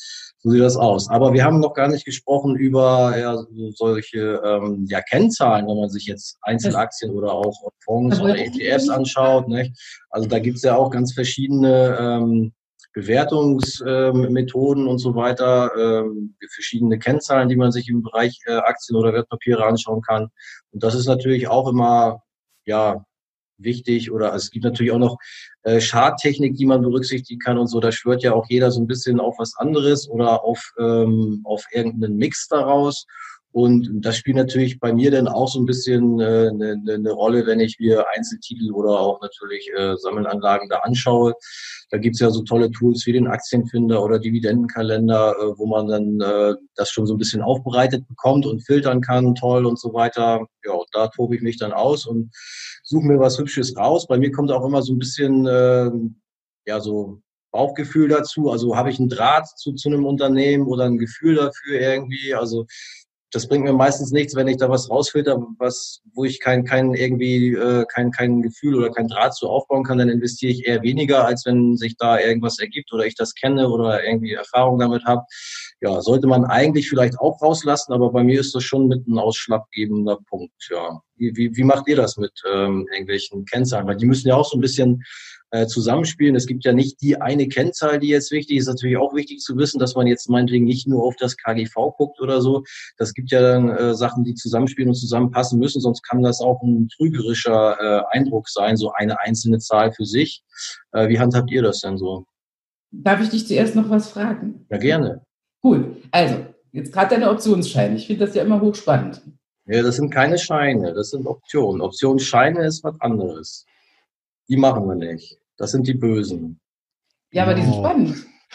So sieht das aus. Aber wir haben noch gar nicht gesprochen über ja, so solche ähm, ja, Kennzahlen, wenn man sich jetzt Einzelaktien oder auch Fonds oder E T Fs anschaut. Nicht? Also da gibt es ja auch ganz verschiedene ähm, Bewertungsmethoden ähm, und so weiter, ähm, verschiedene Kennzahlen, die man sich im Bereich äh, Aktien oder Wertpapiere anschauen kann. Und das ist natürlich auch immer ja wichtig. Oder es gibt natürlich auch noch äh, Charttechnik, die man berücksichtigen kann und so. Da schwört ja auch jeder so ein bisschen auf was anderes oder auf ähm, auf irgendeinen Mix daraus. Und das spielt natürlich bei mir dann auch so ein bisschen äh, eine, eine Rolle, wenn ich mir Einzeltitel oder auch natürlich äh, Sammelanlagen da anschaue. Da gibt's ja so tolle Tools wie den Aktienfinder oder Dividendenkalender, äh, wo man dann äh, das schon so ein bisschen aufbereitet bekommt und filtern kann, toll und so weiter. Ja, und da tobe ich mich dann aus und suche mir was Hübsches raus. Bei mir kommt auch immer so ein bisschen äh, ja so Bauchgefühl dazu. Also habe ich einen Draht zu, zu einem Unternehmen oder ein Gefühl dafür irgendwie. Also das bringt mir meistens nichts, wenn ich da was rausfilter, was, wo ich kein, kein irgendwie äh, kein, kein Gefühl oder kein Draht zu aufbauen kann, dann investiere ich eher weniger, als wenn sich da irgendwas ergibt oder ich das kenne oder irgendwie Erfahrung damit habe. Ja, sollte man eigentlich vielleicht auch rauslassen, aber bei mir ist das schon mit ein ausschlaggebender Punkt. Ja, wie, wie, wie macht ihr das mit ähm, irgendwelchen Kennzahlen? Weil die müssen ja auch so ein bisschen äh, zusammenspielen. Es gibt ja nicht die eine Kennzahl, die jetzt wichtig ist. Natürlich auch wichtig zu wissen, dass man jetzt meinetwegen nicht nur auf das K G V guckt oder so. Das gibt ja dann äh, Sachen, die zusammenspielen und zusammenpassen müssen. Sonst kann das auch ein trügerischer äh, Eindruck sein, so eine einzelne Zahl für sich. Äh, wie handhabt ihr das denn so? Darf ich dich zuerst noch was fragen? Ja, gerne. Cool. Also, jetzt gerade deine Optionsscheine. Ich finde das ja immer hochspannend. Ja, das sind keine Scheine, das sind Optionen. Optionsscheine ist was anderes. Die machen wir nicht. Das sind die Bösen. Ja, aber die sind spannend.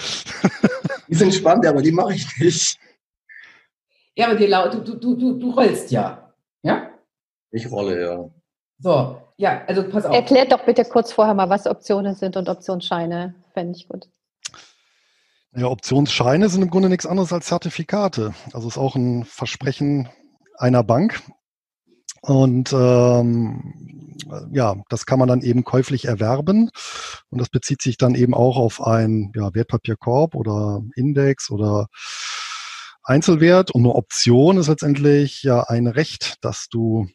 Die sind spannend, aber die mache ich nicht. Ja, aber du, du, du, du, du rollst ja. Ja? Ich rolle, ja. So, ja, also pass auf. Erklärt doch bitte kurz vorher mal, was Optionen sind und Optionsscheine. Fände ich gut. Ja, Optionsscheine sind im Grunde nichts anderes als Zertifikate. Also ist auch ein Versprechen einer Bank. Und ähm, ja, das kann man dann eben käuflich erwerben. Und das bezieht sich dann eben auch auf ein ja, Wertpapierkorb oder Index oder Einzelwert. Und eine Option ist letztendlich ja ein Recht, dass du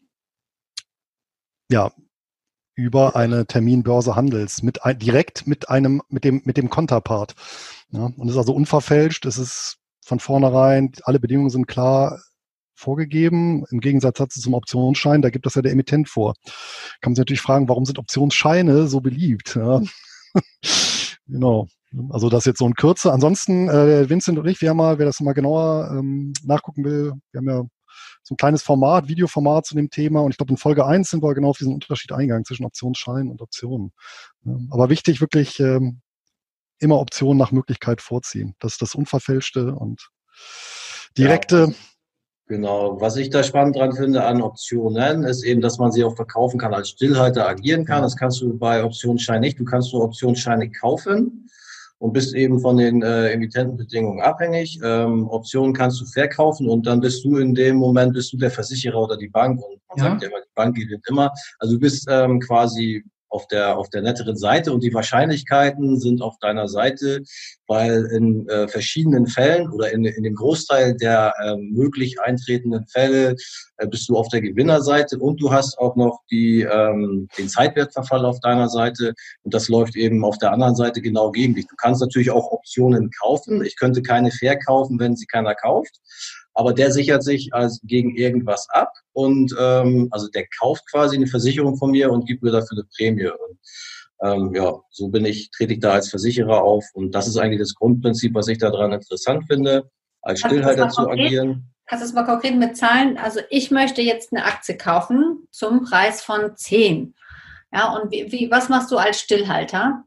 ja über eine Terminbörse handelst, mit ein, direkt mit einem, mit dem, mit dem Konterpart. Ja, und es ist also unverfälscht, es ist von vornherein, alle Bedingungen sind klar vorgegeben, im Gegensatz dazu zum Optionsschein, da gibt das ja der Emittent vor. Kann man sich natürlich fragen, warum sind Optionsscheine so beliebt? Ja. Genau. Also das ist jetzt so ein Kürze. Ansonsten, äh, Vincent und ich, wir haben mal, wer das mal genauer ähm, nachgucken will, wir haben ja so ein kleines Format, Videoformat zu dem Thema. Und ich glaube, in Folge eins sind wir genau auf diesen Unterschied eingegangen zwischen Optionsscheinen und Optionen. Ja, aber wichtig, wirklich ähm, immer Optionen nach Möglichkeit vorziehen. Das ist das Unverfälschte und direkte. Ja, genau. Was ich da spannend dran finde an Optionen, ist eben, dass man sie auch verkaufen kann, als Stillhalter agieren kann. Das kannst du bei Optionsscheinen nicht. Du kannst nur Optionsscheine kaufen und bist eben von den äh, Emittentenbedingungen abhängig. Ähm, Optionen kannst du verkaufen und dann bist du in dem Moment, bist du der Versicherer oder die Bank. Und man ja. sagt ja immer, die Bank gewinnt immer. Also du bist ähm, quasi auf der auf der netteren Seite und die Wahrscheinlichkeiten sind auf deiner Seite, weil in äh, verschiedenen Fällen oder in, in dem Großteil der äh, möglich eintretenden Fälle äh, bist du auf der Gewinnerseite und du hast auch noch die ähm, den Zeitwertverfall auf deiner Seite und das läuft eben auf der anderen Seite genau gegen dich. Du kannst natürlich auch Optionen kaufen. Ich könnte keine verkaufen, wenn sie keiner kauft. Aber der sichert sich als gegen irgendwas ab und ähm, also der kauft quasi eine Versicherung von mir und gibt mir dafür eine Prämie. Und ähm, ja, so bin ich, trete ich da als Versicherer auf und das ist eigentlich das Grundprinzip, was ich daran interessant finde, als Stillhalter zu agieren. Kannst du das mal konkret mit Zahlen? Also ich möchte jetzt eine Aktie kaufen. zum Preis von zehn. Ja, und wie, wie, was machst du als Stillhalter?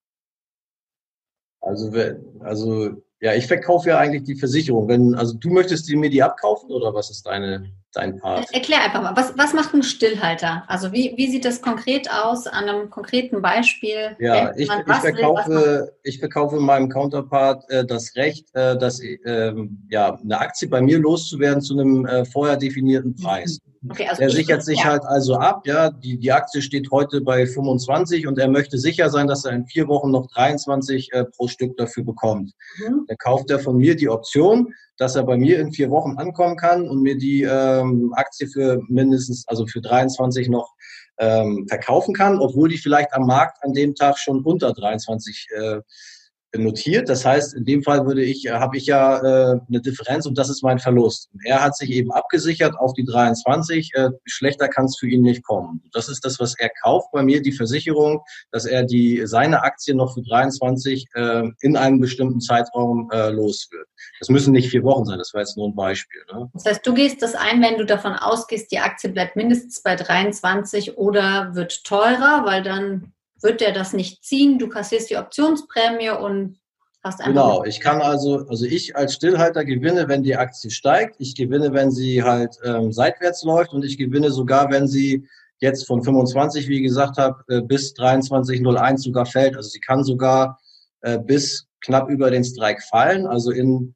Also, also, ja, ich verkaufe ja eigentlich die Versicherung. Wenn, also du möchtest die, mir die abkaufen oder was ist deine, dein Part? Erklär einfach mal, was, was macht ein Stillhalter? Also wie, wie sieht das konkret aus an einem konkreten Beispiel? Ja, ich, ich, verkaufe, will, ich verkaufe meinem Counterpart äh, das Recht, äh, dass, äh, ja, eine Aktie bei mir loszuwerden zu einem äh, vorher definierten Preis. Okay, also er sichert sich ja. halt also ab, ja, die, die Aktie steht heute bei fünfundzwanzig und er möchte sicher sein, dass er in vier Wochen noch dreiundzwanzig äh, pro Stück dafür bekommt. Mhm. Dann kauft er von mir die Option, dass er bei mir in vier Wochen ankommen kann und mir die ähm, Aktie für mindestens, also für dreiundzwanzig noch ähm, verkaufen kann, obwohl die vielleicht am Markt an dem Tag schon unter dreiundzwanzig äh, notiert. Das heißt, in dem Fall würde ich, habe ich ja äh, eine Differenz und das ist mein Verlust. Und er hat sich eben abgesichert auf die dreiundzwanzig. Äh, schlechter kann es für ihn nicht kommen. Das ist das, was er kauft bei mir, die Versicherung, dass er die seine Aktien noch für dreiundzwanzig äh, in einem bestimmten Zeitraum äh, los wird. Das müssen nicht vier Wochen sein. Das war jetzt nur ein Beispiel. Ne? Das heißt, du gehst das ein, wenn du davon ausgehst, die Aktie bleibt mindestens bei dreiundzwanzig oder wird teurer, weil dann wird der das nicht ziehen, du kassierst die Optionsprämie und hast einfach... Genau, ich kann also, also ich als Stillhalter gewinne, wenn die Aktie steigt, ich gewinne, wenn sie halt ähm, seitwärts läuft und ich gewinne sogar, wenn sie jetzt von fünfundzwanzig, wie ich gesagt habe, äh, bis dreiundzwanzig Komma null eins sogar fällt. Also sie kann sogar äh, bis knapp über den Strike fallen. Also in,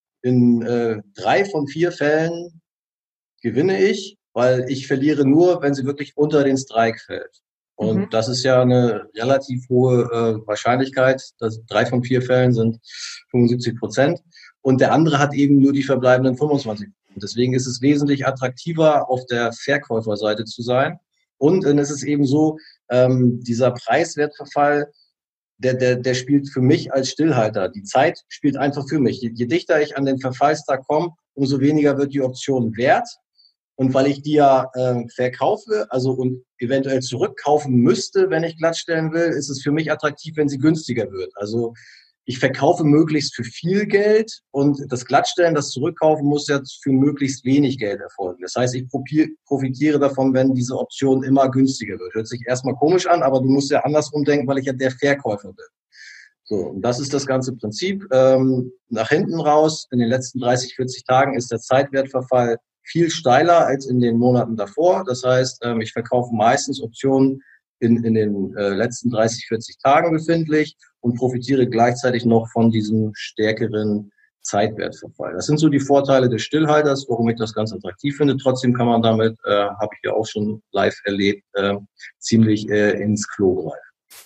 in äh, drei von vier Fällen gewinne ich, weil ich verliere nur, wenn sie wirklich unter den Strike fällt. Und mhm. das ist ja eine relativ hohe äh, Wahrscheinlichkeit. Das drei von vier Fällen sind fünfundsiebzig Prozent. Und der andere hat eben nur die verbleibenden fünfundzwanzig Prozent. Deswegen ist es wesentlich attraktiver, auf der Verkäuferseite zu sein. Und dann ist es eben so, ähm, dieser Preiswertverfall, der, der, der spielt für mich als Stillhalter. Die Zeit spielt einfach für mich. Je, je dichter ich an den Verfallstag komme, umso weniger wird die Option wert. Und weil ich die ja äh, verkaufe, also und eventuell zurückkaufen müsste, wenn ich glattstellen will, ist es für mich attraktiv, wenn sie günstiger wird. Also ich verkaufe möglichst für viel Geld und das Glattstellen, das Zurückkaufen muss ja für möglichst wenig Geld erfolgen. Das heißt, ich profitiere davon, wenn diese Option immer günstiger wird. Hört sich erstmal komisch an, aber du musst ja andersrum denken, weil ich ja der Verkäufer bin. So, und das ist das ganze Prinzip. Ähm, nach hinten raus, in den letzten dreißig, vierzig Tagen ist der Zeitwertverfall viel steiler als in den Monaten davor. Das heißt, ähm, ich verkaufe meistens Optionen in, in den äh, letzten dreißig, vierzig Tagen befindlich und profitiere gleichzeitig noch von diesem stärkeren Zeitwertverfall. Das sind so die Vorteile des Stillhalters, warum ich das ganz attraktiv finde. Trotzdem kann man damit, äh, habe ich ja auch schon live erlebt, äh, ziemlich äh, ins Klo greifen.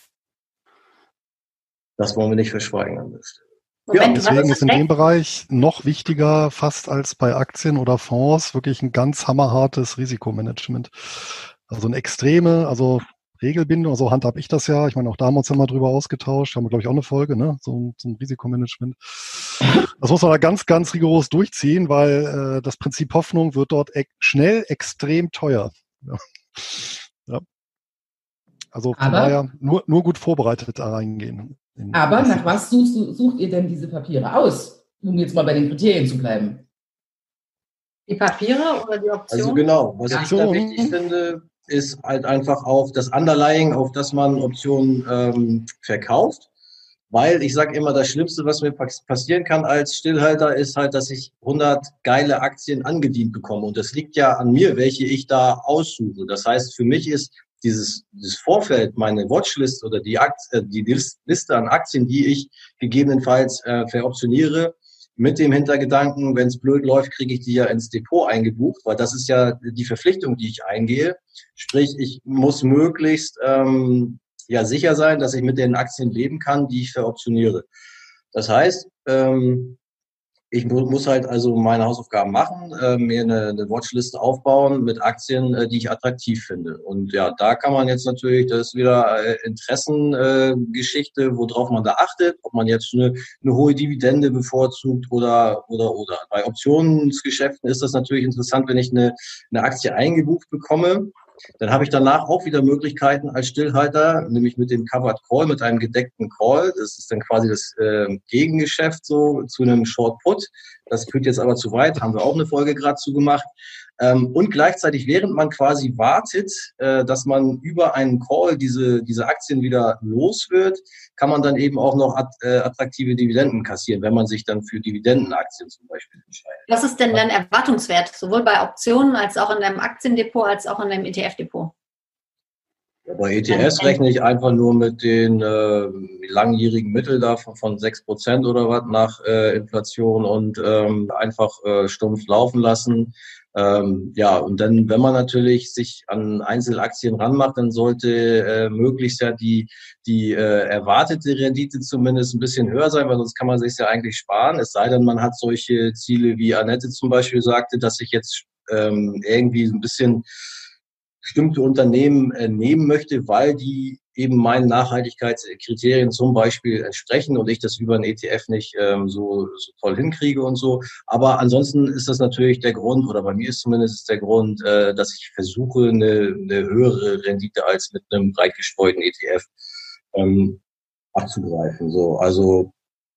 Das wollen wir nicht verschweigen an der Stelle. Ja, deswegen ist in dem Bereich noch wichtiger, fast als bei Aktien oder Fonds, wirklich ein ganz hammerhartes Risikomanagement. Also eine extreme, also Regelbindung, so handhab ich das ja. Ich meine, auch da haben wir uns ja mal drüber ausgetauscht. Haben wir, glaube ich, auch eine Folge, ne? So zum Risikomanagement. Das muss man da ganz, ganz rigoros durchziehen, weil äh, das Prinzip Hoffnung wird dort e- schnell extrem teuer. Ja. Ja. Also von daher nur, nur gut vorbereitet da reingehen. Aber nach was sucht, sucht ihr denn diese Papiere aus, um jetzt mal bei den Kriterien zu bleiben? Die Papiere oder die Optionen? Also genau, was ich da wichtig finde, ist halt einfach auch das Underlying, auf das man Optionen ähm, verkauft. Weil ich sage immer, das Schlimmste, was mir passieren kann als Stillhalter, ist halt, dass ich hundert geile Aktien angedient bekomme. Und das liegt ja an mir, welche ich da aussuche. Das heißt, für mich ist dieses, dieses Vorfeld, meine Watchlist oder die, Akt, die Liste an Aktien, die ich gegebenenfalls äh, veroptioniere, mit dem Hintergedanken, wenn es blöd läuft, kriege ich die ja ins Depot eingebucht, weil das ist ja die Verpflichtung, die ich eingehe. Sprich, ich muss möglichst ähm, ja sicher sein, dass ich mit den Aktien leben kann, die ich veroptioniere. Das heißt, ähm, ich muss halt also meine Hausaufgaben machen, äh, mir eine, eine Watchliste aufbauen mit Aktien, äh, die ich attraktiv finde. Und ja, da kann man jetzt natürlich, das ist wieder äh, Interessengeschichte, äh, worauf man da achtet, ob man jetzt eine, eine hohe Dividende bevorzugt oder oder oder. Bei Optionsgeschäften ist das natürlich interessant, wenn ich eine, eine Aktie eingebucht bekomme. Dann habe ich danach auch wieder Möglichkeiten als Stillhalter, nämlich mit dem Covered Call, mit einem gedeckten Call. Das ist dann quasi das äh, Gegengeschäft so zu einem Short Put. Das führt jetzt aber zu weit, haben wir auch eine Folge gerade zu gemacht. Ähm, und gleichzeitig, während man quasi wartet, äh, dass man über einen Call diese, diese Aktien wieder los wird, kann man dann eben auch noch at, äh, attraktive Dividenden kassieren, wenn man sich dann für Dividendenaktien zum Beispiel entscheidet. Was ist denn dein Erwartungswert, sowohl bei Optionen als auch in deinem Aktiendepot als auch in deinem E T F-Depot? Ja, bei E T Fs rechne ich einfach nur mit den äh, langjährigen Mitteln davon von sechs Prozent oder was nach äh, Inflation und ähm, einfach äh, stumpf laufen lassen. Ähm, ja, und dann, wenn man natürlich sich an Einzelaktien ranmacht, dann sollte äh, möglichst ja die die äh, erwartete Rendite zumindest ein bisschen höher sein, weil sonst kann man sich ja eigentlich sparen. Es sei denn, man hat solche Ziele, wie Annette zum Beispiel sagte, dass ich jetzt ähm, irgendwie so ein bisschen bestimmte Unternehmen äh, nehmen möchte, weil die eben meinen Nachhaltigkeitskriterien zum Beispiel entsprechen und ich das über einen E T F nicht ähm, so, so toll hinkriege und so. Aber ansonsten ist das natürlich der Grund, oder bei mir ist zumindest der Grund, äh, dass ich versuche, eine, eine höhere Rendite als mit einem breit gestreuten E T F ähm, abzugreifen. So, also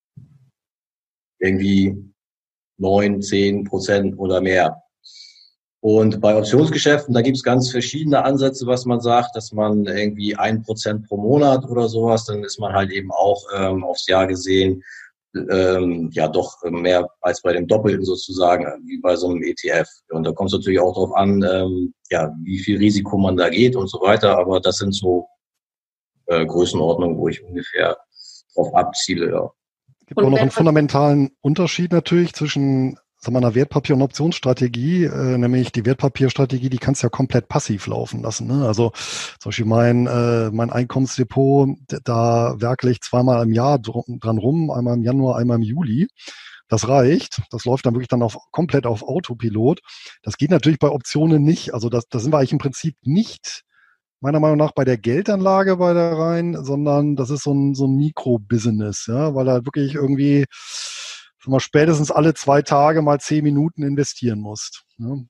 irgendwie neun, zehn Prozent oder mehr. Und bei Optionsgeschäften, da gibt es ganz verschiedene Ansätze, was man sagt, dass man irgendwie ein Prozent pro Monat oder sowas, dann ist man halt eben auch ähm, aufs Jahr gesehen, ähm, ja doch mehr als bei dem Doppelten sozusagen, wie bei so einem E T F. Und da kommt es natürlich auch darauf an, ähm, ja, wie viel Risiko man da geht und so weiter. Aber das sind so äh, Größenordnungen, wo ich ungefähr drauf abziele. Ja. Es gibt auch noch einen fundamentalen Unterschied natürlich zwischen sagen wir, einer Wertpapier- und Optionsstrategie, äh, nämlich die Wertpapierstrategie, die kannst du ja komplett passiv laufen lassen. Ne? Also zum Beispiel mein, äh, mein Einkommensdepot, da werkle ich zweimal im Jahr dran rum, einmal im Januar, einmal im Juli. Das reicht. Das läuft dann wirklich dann auf komplett auf Autopilot. Das geht natürlich bei Optionen nicht. Also das, das sind wir eigentlich im Prinzip nicht meiner Meinung nach bei der Geldanlage bei der rein, sondern das ist so ein, so ein Mikro-Business, ja, weil er wirklich irgendwie mal spätestens alle zwei Tage mal zehn Minuten investieren musst. Ne?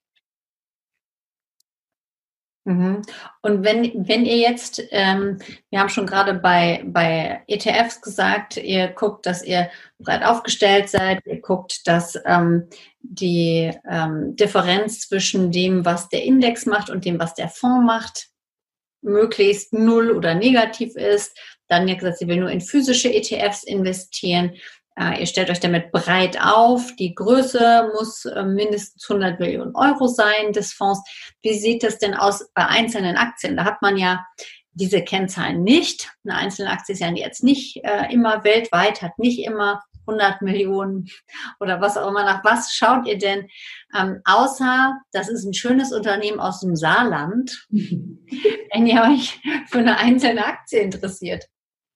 Mhm. Und wenn, wenn ihr jetzt, ähm, wir haben schon gerade bei, bei E T Fs gesagt, ihr guckt, dass ihr breit aufgestellt seid, ihr guckt, dass ähm, die ähm, Differenz zwischen dem, was der Index macht und dem, was der Fonds macht, möglichst null oder negativ ist. Dann, ihr habt gesagt, ihr will nur in physische E T Fs investieren. Uh, ihr stellt euch damit breit auf. Die Größe muss uh, mindestens hundert Millionen Euro sein des Fonds. Wie sieht das denn aus bei einzelnen Aktien? Da hat man ja diese Kennzahlen nicht. Eine einzelne Aktie ist ja jetzt nicht uh, immer weltweit, hat nicht immer hundert Millionen oder was auch immer. Nach was schaut ihr denn? Um, außer, das ist ein schönes Unternehmen aus dem Saarland, wenn ihr euch für eine einzelne Aktie interessiert.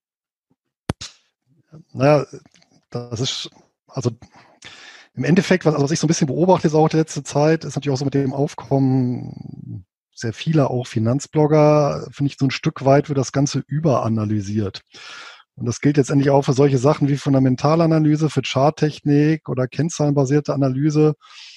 Naja, das ist, also im Endeffekt, was, also was ich so ein bisschen beobachte jetzt auch die letzte Zeit, ist natürlich auch so mit dem Aufkommen sehr vieler auch Finanzblogger, finde ich so ein Stück weit wird das Ganze überanalysiert. Und das gilt jetzt endlich auch für solche Sachen wie Fundamentalanalyse, für Charttechnik oder kennzahlenbasierte Analyse.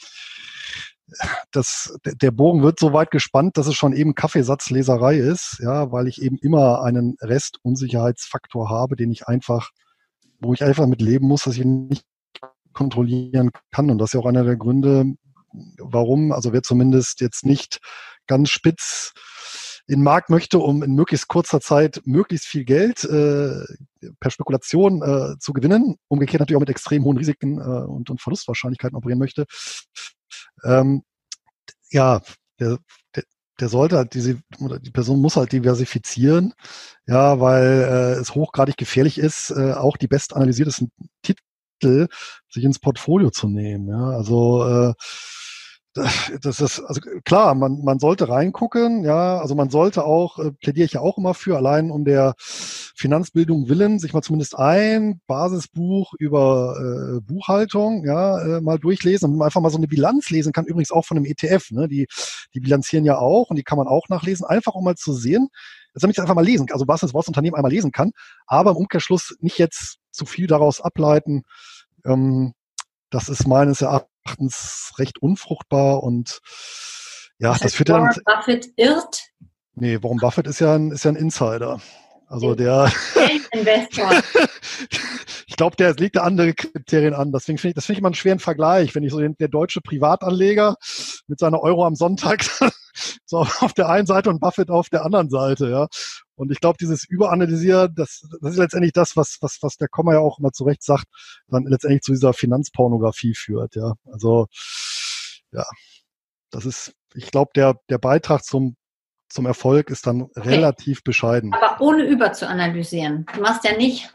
Das, der Bogen wird so weit gespannt, dass es schon eben Kaffeesatzleserei ist, ja, weil ich eben immer einen Restunsicherheitsfaktor habe, den ich einfach wo ich einfach mit leben muss, dass ich ihn nicht kontrollieren kann. Und das ist ja auch einer der Gründe, warum, also wer zumindest jetzt nicht ganz spitz in den Markt möchte, um in möglichst kurzer Zeit möglichst viel Geld äh, per Spekulation äh, zu gewinnen, umgekehrt natürlich auch mit extrem hohen Risiken äh, und, und Verlustwahrscheinlichkeiten operieren möchte, ähm, ja, der, der der sollte halt diese, oder die Person muss halt diversifizieren, ja, weil äh, es hochgradig gefährlich ist, äh, auch die bestanalysiertesten Titel sich ins Portfolio zu nehmen, ja, also äh, das ist, also klar, man, man sollte reingucken, ja, also man sollte auch, äh, plädiere ich ja auch immer für, allein um der Finanzbildung willen, sich mal zumindest ein Basisbuch über äh, Buchhaltung, ja, äh, mal durchlesen, damit man einfach mal so eine Bilanz lesen kann, übrigens auch von einem E T F, ne, die, die bilanzieren ja auch und die kann man auch nachlesen, einfach um mal zu sehen, damit ich einfach mal lesen kann, also was das Unternehmen einmal lesen kann, aber im Umkehrschluss nicht jetzt zu viel daraus ableiten, ähm, das ist meines Erachtens recht unfruchtbar und ja, das, das führt dann. Warren Buffett irrt? Nee, Warren Buffett ist ja ein, ist ja ein Insider. Also der. Investor. ich glaube, der legt da andere Kriterien an. Deswegen finde ich, das finde ich immer einen schweren Vergleich, wenn ich so den, der deutsche Privatanleger mit seiner Euro am Sonntag so auf der einen Seite und Buffett auf der anderen Seite, ja. Und ich glaube, dieses Überanalysieren, das, das ist letztendlich das, was, was, was der Kommer ja auch immer zu Recht sagt, dann letztendlich zu dieser Finanzpornografie führt, ja. Also, ja, das ist, ich glaube, der, der Beitrag zum, zum Erfolg ist dann okay. relativ bescheiden. Aber ohne über zu analysieren. Du machst ja nicht,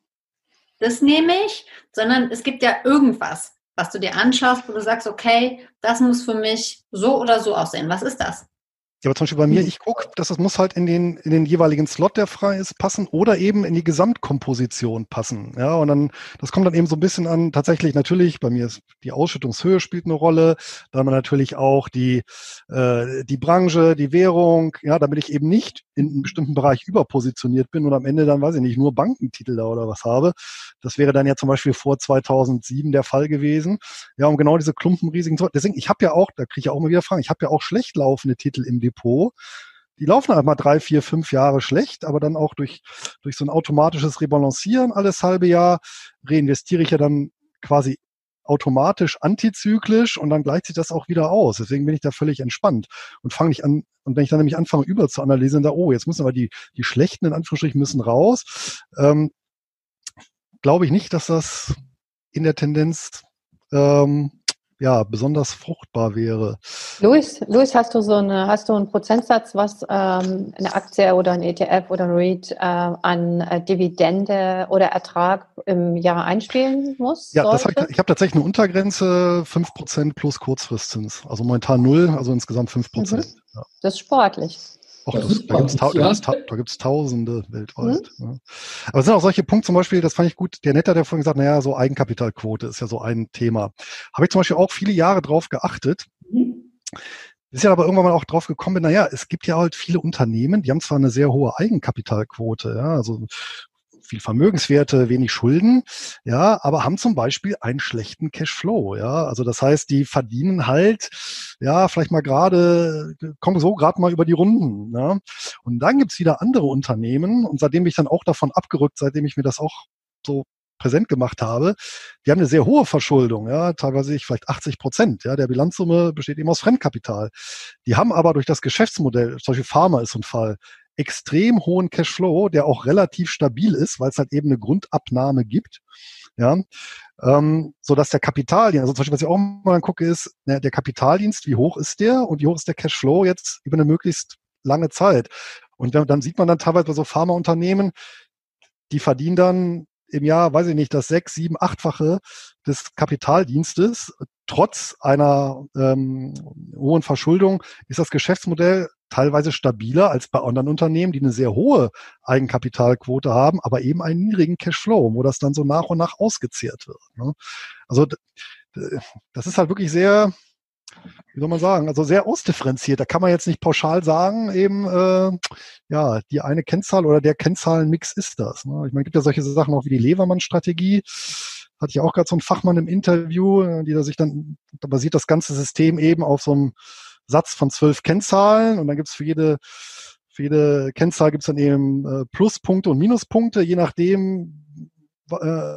das nehme ich, sondern es gibt ja irgendwas, was du dir anschaust, wo du sagst, okay, das muss für mich so oder so aussehen. Was ist das? Ja, aber zum Beispiel bei mir, ich gucke, dass es muss halt in den, in den jeweiligen Slot, der frei ist, passen oder eben in die Gesamtkomposition passen. Ja, und dann, das kommt dann eben so ein bisschen an, tatsächlich natürlich, bei mir ist die Ausschüttungshöhe spielt eine Rolle, dann haben wir natürlich auch die, äh, die Branche, die Währung, ja, damit ich eben nicht in einem bestimmten Bereich überpositioniert bin und am Ende dann, weiß ich nicht, nur Bankentitel da oder was habe. Das wäre dann ja zum Beispiel vor zweitausendsieben der Fall gewesen. Ja, um genau diese Klumpenrisiken zu, deswegen, ich habe ja auch, da kriege ich ja auch immer wieder Fragen, ich habe ja auch schlecht laufende Titel im Depot. Die laufen halt mal drei, vier, fünf Jahre schlecht, aber dann auch durch, durch so ein automatisches Rebalancieren alles halbe Jahr reinvestiere ich ja dann quasi automatisch antizyklisch und dann gleicht sich das auch wieder aus. Deswegen bin ich da völlig entspannt und fange nicht an, und wenn ich dann nämlich anfange über zu analysieren, da, oh, jetzt müssen aber die, die schlechten in Anführungsstrichen müssen raus, ähm, glaube ich nicht, dass das in der Tendenz ähm, ja, besonders fruchtbar wäre. Luis, Luis, hast du so eine, hast du einen Prozentsatz, was ähm, eine Aktie oder ein E T F oder ein REIT äh, an äh, Dividende oder Ertrag im Jahr einspielen muss? Ja, das hab ich, ich habe tatsächlich eine Untergrenze, fünf Prozent plus Kurzfristzins. Also momentan null, also insgesamt fünf Prozent. Mhm. Ja. Das ist sportlich. Och, das, das da gibt es ta ta ta Tausende weltweit. Mhm. Ja. Aber es sind auch solche Punkte, zum Beispiel, das fand ich gut, der Netter, der vorhin gesagt, naja, so Eigenkapitalquote ist ja so ein Thema. Habe ich zum Beispiel auch viele Jahre drauf geachtet. Mhm. Ist ja aber irgendwann mal auch drauf gekommen bin, naja, es gibt ja halt viele Unternehmen, die haben zwar eine sehr hohe Eigenkapitalquote, ja, also viel Vermögenswerte, wenig Schulden, ja, aber haben zum Beispiel einen schlechten Cashflow, ja, also das heißt, die verdienen halt, ja, vielleicht mal gerade, kommen so gerade mal über die Runden, ja, und dann gibt's wieder andere Unternehmen und seitdem bin ich dann auch davon abgerückt, seitdem ich mir das auch so präsent gemacht habe, die haben eine sehr hohe Verschuldung, ja, teilweise ich vielleicht achtzig Prozent, ja, der Bilanzsumme besteht eben aus Fremdkapital. Die haben aber durch das Geschäftsmodell, zum Beispiel Pharma ist so ein Fall, extrem hohen Cashflow, der auch relativ stabil ist, weil es halt eben eine Grundabnahme gibt, ja, ähm, so dass der Kapitaldienst, also zum Beispiel, was ich auch mal angucke, ist, ne, der Kapitaldienst, wie hoch ist der und wie hoch ist der Cashflow jetzt über eine möglichst lange Zeit. Und dann, dann sieht man dann teilweise bei so Pharmaunternehmen, die verdienen dann im Jahr, weiß ich nicht, das sechs, sieben, achtfache des Kapitaldienstes. Trotz einer ähm, hohen Verschuldung ist das Geschäftsmodell teilweise stabiler als bei anderen Unternehmen, die eine sehr hohe Eigenkapitalquote haben, aber eben einen niedrigen Cashflow, wo das dann so nach und nach ausgezehrt wird. Ne? Also das ist halt wirklich sehr, wie soll man sagen, also sehr ausdifferenziert. Da kann man jetzt nicht pauschal sagen, eben, äh, ja, die eine Kennzahl oder der Kennzahlenmix ist das. Ne? Ich meine, es gibt ja solche Sachen auch wie die Levermann-Strategie. Hatte ich auch gerade so einen Fachmann im Interview, die da sich dann, da basiert das ganze System eben auf so einem Satz von zwölf Kennzahlen und dann gibt's für jede, für jede Kennzahl gibt's dann eben äh, Pluspunkte und Minuspunkte, je nachdem, äh,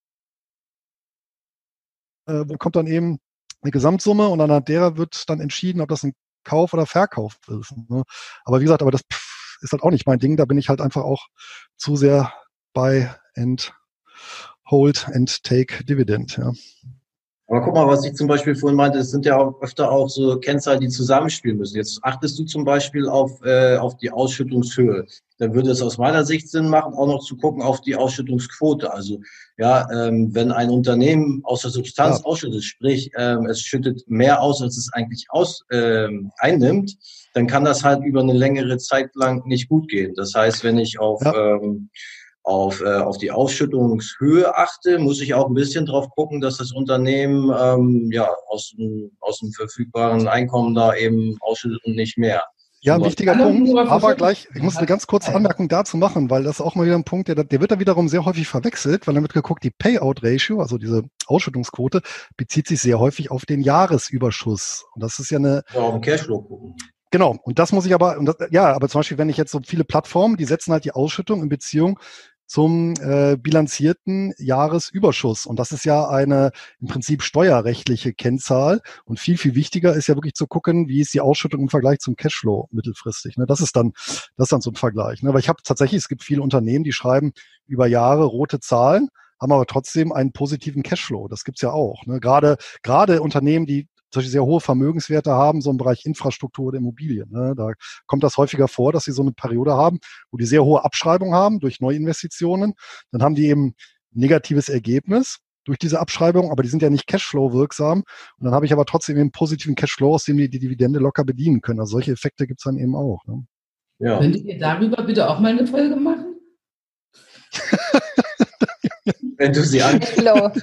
äh, wo kommt dann eben eine Gesamtsumme und anhand derer wird dann entschieden, ob das ein Kauf oder Verkauf ist. Ne? Aber wie gesagt, aber das pff, ist halt auch nicht mein Ding. Da bin ich halt einfach auch zu sehr bei and hold and take dividend. Ja. Aber guck mal, was ich zum Beispiel vorhin meinte, es sind ja auch öfter auch so Kennzahlen, die zusammenspielen müssen. Jetzt achtest du zum Beispiel auf, äh, auf die Ausschüttungshöhe. Dann würde es aus meiner Sicht Sinn machen, auch noch zu gucken auf die Ausschüttungsquote. Also ja, ähm, wenn ein Unternehmen aus der Substanz ja. ausschüttet, sprich ähm, es schüttet mehr aus, als es eigentlich aus ähm, einnimmt, dann kann das halt über eine längere Zeit lang nicht gut gehen. Das heißt, wenn ich auf ja. ähm, auf, äh, auf die Ausschüttungshöhe achte, muss ich auch ein bisschen drauf gucken, dass das Unternehmen ähm, ja aus dem, aus dem verfügbaren Einkommen da eben ausschüttet und nicht mehr. Ja, ein wichtiger Punkt, aber gleich, ich muss eine ganz kurze Anmerkung dazu machen, weil das ist auch mal wieder ein Punkt, der, der wird da wiederum sehr häufig verwechselt, weil dann wird geguckt, die Payout-Ratio, also diese Ausschüttungsquote, bezieht sich sehr häufig auf den Jahresüberschuss. Und das ist ja eine... Ja, auf den Cashflow gucken. Genau, und das muss ich aber, und das, ja, aber zum Beispiel, wenn ich jetzt so viele Plattformen, die setzen halt die Ausschüttung in Beziehung zum äh, bilanzierten Jahresüberschuss. Und das ist ja eine im Prinzip steuerrechtliche Kennzahl. Und viel, viel wichtiger ist ja wirklich zu gucken, wie ist die Ausschüttung im Vergleich zum Cashflow mittelfristig. Ne? Das ist dann, das ist dann so ein Vergleich. Ne? Weil ich habe tatsächlich, es gibt viele Unternehmen, die schreiben über Jahre rote Zahlen, haben aber trotzdem einen positiven Cashflow. Das gibt's ja auch. Ne? Gerade, gerade Unternehmen, die solche sehr hohe Vermögenswerte haben, so im Bereich Infrastruktur oder Immobilien. Ne? Da kommt das häufiger vor, dass sie so eine Periode haben, wo die sehr hohe Abschreibung haben durch Neuinvestitionen. Dann haben die eben negatives Ergebnis durch diese Abschreibung, aber die sind ja nicht Cashflow-wirksam. Und dann habe ich aber trotzdem eben einen positiven Cashflow, aus dem die die Dividende locker bedienen können. Also solche Effekte gibt's dann eben auch. Ne? Ja. Könntet ihr darüber bitte auch mal eine Folge machen? Wenn du sie anschaust.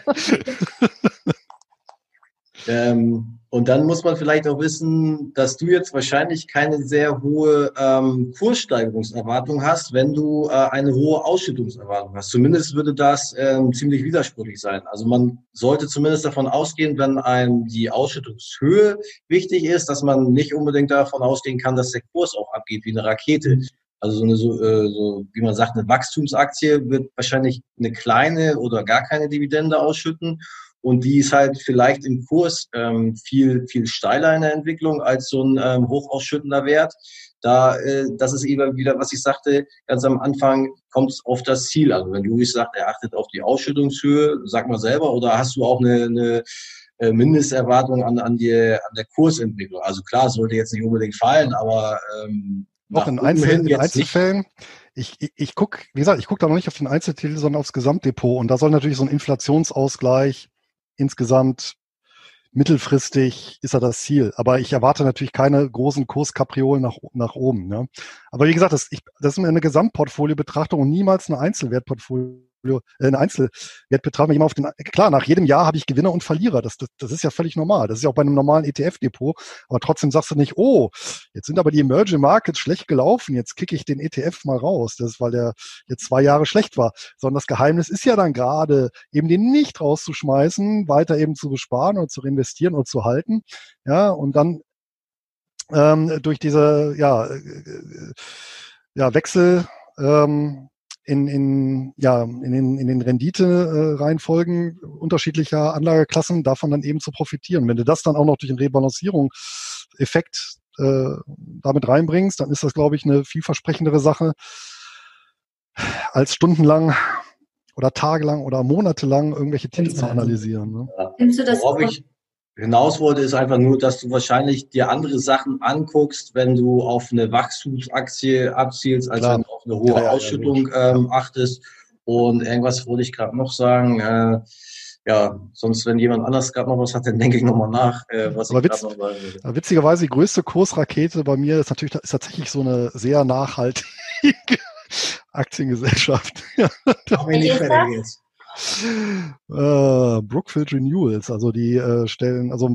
ähm, und dann muss man vielleicht auch wissen, dass du jetzt wahrscheinlich keine sehr hohe ähm, Kurssteigerungserwartung hast, wenn du äh, eine hohe Ausschüttungserwartung hast. Zumindest würde das ähm, ziemlich widersprüchlich sein. Also man sollte zumindest davon ausgehen, wenn einem die Ausschüttungshöhe wichtig ist, dass man nicht unbedingt davon ausgehen kann, dass der Kurs auch abgeht wie eine Rakete. Also so eine, so, äh, so wie man sagt, eine Wachstumsaktie wird wahrscheinlich eine kleine oder gar keine Dividende ausschütten. Und die ist halt vielleicht im Kurs ähm, viel, viel steiler in der Entwicklung als so ein ähm, hochausschüttender Wert. Da, äh, das ist eben wieder, was ich sagte, ganz am Anfang kommt es auf das Ziel. Also wenn Luis sagt, er achtet auf die Ausschüttungshöhe, sag mal selber, oder hast du auch eine, eine äh, Mindesterwartung an, an, die, an der Kursentwicklung? Also klar, sollte jetzt nicht unbedingt fallen, aber ähm, Auch in, Einzel, in Einzelfällen. Ich, ich, ich gucke, wie gesagt, ich gucke da noch nicht auf den Einzeltitel, sondern aufs Gesamtdepot. Und da soll natürlich so ein Inflationsausgleich insgesamt mittelfristig ist er das Ziel. Aber ich erwarte natürlich keine großen Kurskapriolen nach, nach oben. Ne? Aber wie gesagt, das, ich, das ist eine Gesamtportfoliobetrachtung und niemals eine Einzelwertportfolio. Eine Einzelwertbetrachtung, immer auf den, klar, nach jedem Jahr habe ich Gewinner und Verlierer. Das, das, das ist ja völlig normal. Das ist ja auch bei einem normalen E T F-Depot. Aber trotzdem sagst du nicht, oh, jetzt sind aber die Emerging Markets schlecht gelaufen. Jetzt kicke ich den E T F mal raus. Das ist, weil der jetzt zwei Jahre schlecht war. Sondern das Geheimnis ist ja dann gerade, eben den nicht rauszuschmeißen, weiter eben zu besparen oder zu reinvestieren oder zu halten. Ja, und dann ähm, durch diese, ja, äh, ja, Wechsel, ähm, in, in, ja, in den, in den Rendite-Reihenfolgen unterschiedlicher Anlageklassen davon dann eben zu profitieren. Wenn du das dann auch noch durch einen Rebalancierung-Effekt äh, damit reinbringst, dann ist das, glaube ich, eine vielversprechendere Sache, als stundenlang oder tagelang oder monatelang irgendwelche Titel zu analysieren. Ne? Ja. Worauf ich hinaus wollte, ist einfach nur, dass du wahrscheinlich dir andere Sachen anguckst, wenn du auf eine Wachstumsaktie abzielst, als Klar. wenn du auf eine hohe ja, ja, Ausschüttung ja, ähm, achtest. Und irgendwas wollte ich gerade noch sagen. Äh, ja, sonst, wenn jemand anders gerade noch was hat, dann denke ich nochmal nach, äh, was Aber ich witz, gerade noch sagen will. Witzigerweise, die größte Kursrakete bei mir ist natürlich ist tatsächlich so eine sehr nachhaltige Aktiengesellschaft. Auch wenn die fertig ist. Äh, Brookfield Renewals, also die äh, stellen, also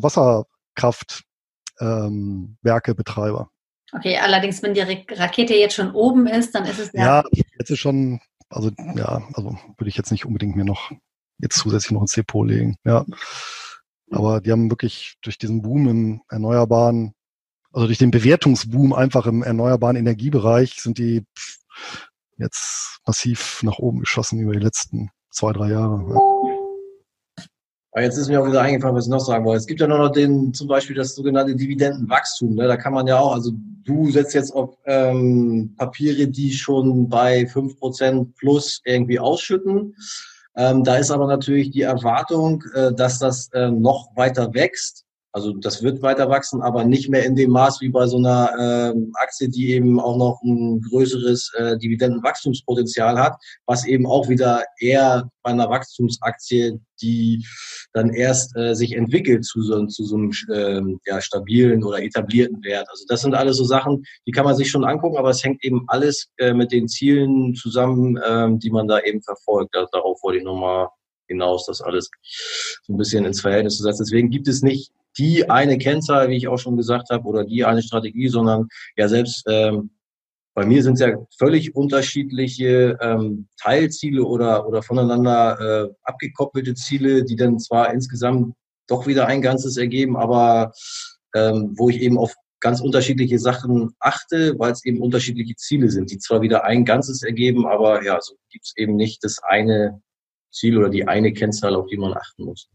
Wasserkraftwerkebetreiber. Ähm, okay, allerdings, wenn die Rakete jetzt schon oben ist, dann ist es ja. Ja, jetzt ist schon, also ja, also würde ich jetzt nicht unbedingt mir noch jetzt zusätzlich noch ins Depot legen. Ja. Aber die haben wirklich durch diesen Boom im erneuerbaren, also durch den Bewertungsboom einfach im erneuerbaren Energiebereich sind die jetzt massiv nach oben geschossen über die letzten zwei, drei Jahre. Ja. Aber jetzt ist mir auch wieder eingefallen, was ich noch sagen wollte. Es gibt ja noch den, zum Beispiel das sogenannte Dividendenwachstum. Ne? Da kann man ja auch, also du setzt jetzt auf ähm, Papiere, die schon bei fünf Prozent plus irgendwie ausschütten. Ähm, da ist aber natürlich die Erwartung, äh, dass das äh, noch weiter wächst. Also das wird weiter wachsen, aber nicht mehr in dem Maß wie bei so einer ähm, Aktie, die eben auch noch ein größeres äh, Dividendenwachstumspotenzial hat, was eben auch wieder eher bei einer Wachstumsaktie, die dann erst äh, sich entwickelt zu so, zu so einem ähm, ja, stabilen oder etablierten Wert. Also das sind alles so Sachen, die kann man sich schon angucken, aber es hängt eben alles äh, mit den Zielen zusammen, ähm, die man da eben verfolgt. Also darauf wollte ich nochmal hinaus, das alles so ein bisschen ins Verhältnis zu setzen. Deswegen gibt es nicht die eine Kennzahl, wie ich auch schon gesagt habe, oder die eine Strategie, sondern ja selbst ähm, bei mir sind es ja völlig unterschiedliche ähm, Teilziele oder oder voneinander äh, abgekoppelte Ziele, die dann zwar insgesamt doch wieder ein Ganzes ergeben, aber ähm, wo ich eben auf ganz unterschiedliche Sachen achte, weil es eben unterschiedliche Ziele sind, die zwar wieder ein Ganzes ergeben, aber ja, so gibt es eben nicht das eine Ziel oder die eine Kennzahl, auf die man achten muss.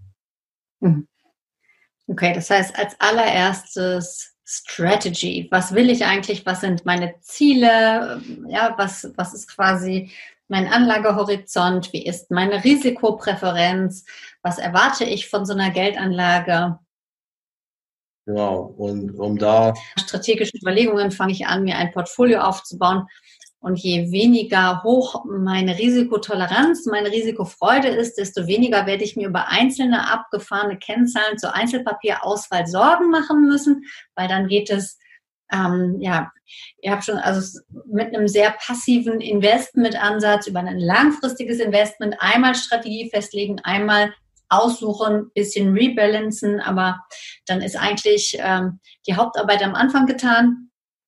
Okay, das heißt, als allererstes Strategy. Was will ich eigentlich? Was sind meine Ziele? Ja, was, was ist quasi mein Anlagehorizont? Wie ist meine Risikopräferenz? Was erwarte ich von so einer Geldanlage? Genau, und um da strategischen Überlegungen fange ich an, mir ein Portfolio aufzubauen. Und je weniger hoch meine Risikotoleranz, meine Risikofreude ist, desto weniger werde ich mir über einzelne abgefahrene Kennzahlen zur Einzelpapierauswahl Sorgen machen müssen, weil dann geht es, ähm, ja, ihr habt schon, also mit einem sehr passiven Investmentansatz über ein langfristiges Investment einmal Strategie festlegen, einmal aussuchen, bisschen rebalancen, aber dann ist eigentlich ähm, die Hauptarbeit am Anfang getan.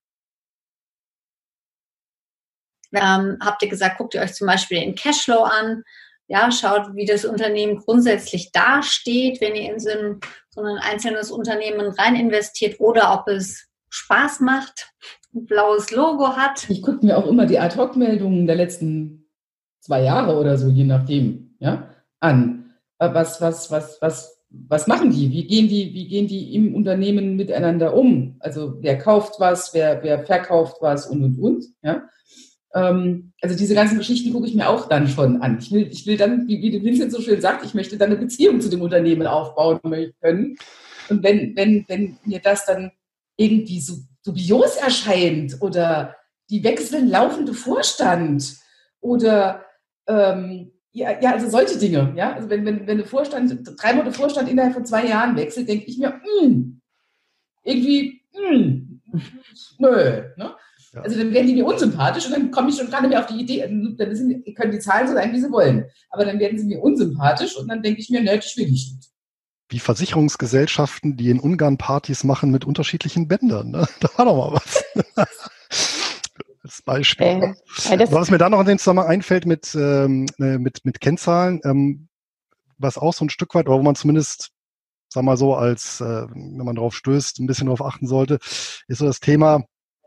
Ähm, habt ihr gesagt, guckt ihr euch zum Beispiel den Cashflow an, ja, schaut, wie das Unternehmen grundsätzlich dasteht, wenn ihr in so ein, so ein einzelnes Unternehmen rein investiert oder ob es Spaß macht, ein blaues Logo hat. Ich gucke mir auch immer die Ad-Hoc-Meldungen der letzten zwei Jahre oder so, je nachdem, ja, an. Was, was, was, was, was machen die? Wie gehen die, wie gehen die im Unternehmen miteinander um? Also wer kauft was, wer, wer verkauft was und, und, und, ja. Also diese ganzen Geschichten gucke ich mir auch dann schon an. Ich will, ich will dann, wie, wie Vincent so schön sagt, ich möchte dann eine Beziehung zu dem Unternehmen aufbauen können. Und wenn, wenn, wenn mir das dann irgendwie so dubios erscheint oder die wechseln laufende Vorstand oder ähm, ja, ja, also solche Dinge, ja. Also wenn, wenn, wenn der Vorstand, drei Monate Vorstand innerhalb von zwei Jahren wechselt, denke ich mir, mh, irgendwie, mh, nö, ne? Ja. Also dann werden die mir unsympathisch und dann komme ich schon gar nicht mehr auf die Idee, dann sind, können die Zahlen so sein, wie sie wollen. Aber dann werden sie mir unsympathisch und dann denke ich mir, ne, das will ich nicht. Wie Versicherungsgesellschaften, die in Ungarn Partys machen mit unterschiedlichen Bändern. Ne? Da war doch mal was. Das Beispiel. Äh, äh, das was mir da noch in den Zusammenhang einfällt mit, ähm, mit, mit Kennzahlen, ähm, was auch so ein Stück weit, oder wo man zumindest, sag mal so, als äh, wenn man drauf stößt, ein bisschen darauf achten sollte, ist so das Thema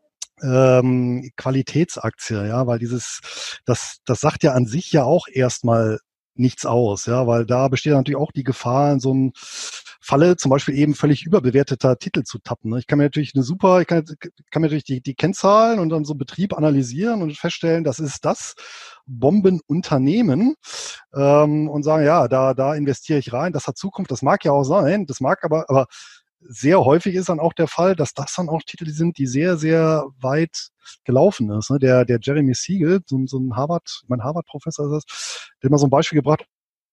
ähm, Qualitätsaktie, ja, weil dieses, das, das sagt ja an sich ja auch erstmal nichts aus, ja, weil da besteht natürlich auch die Gefahr, in so einem Falle zum Beispiel eben völlig überbewerteter Titel zu tappen. Ne? Ich kann mir natürlich eine super, ich kann, kann mir natürlich die, die Kennzahlen und dann so Betrieb analysieren und feststellen, das ist das Bombenunternehmen ähm, und sagen, ja, da, da investiere ich rein, das hat Zukunft, das mag ja auch sein, das mag aber, aber sehr häufig ist dann auch der Fall, dass das dann auch Titel sind, die sehr, sehr weit gelaufen ist. Ne? Der, der Jeremy Siegel, so, so ein Harvard, mein Harvard-Professor ist das, der hat mal so ein Beispiel gebracht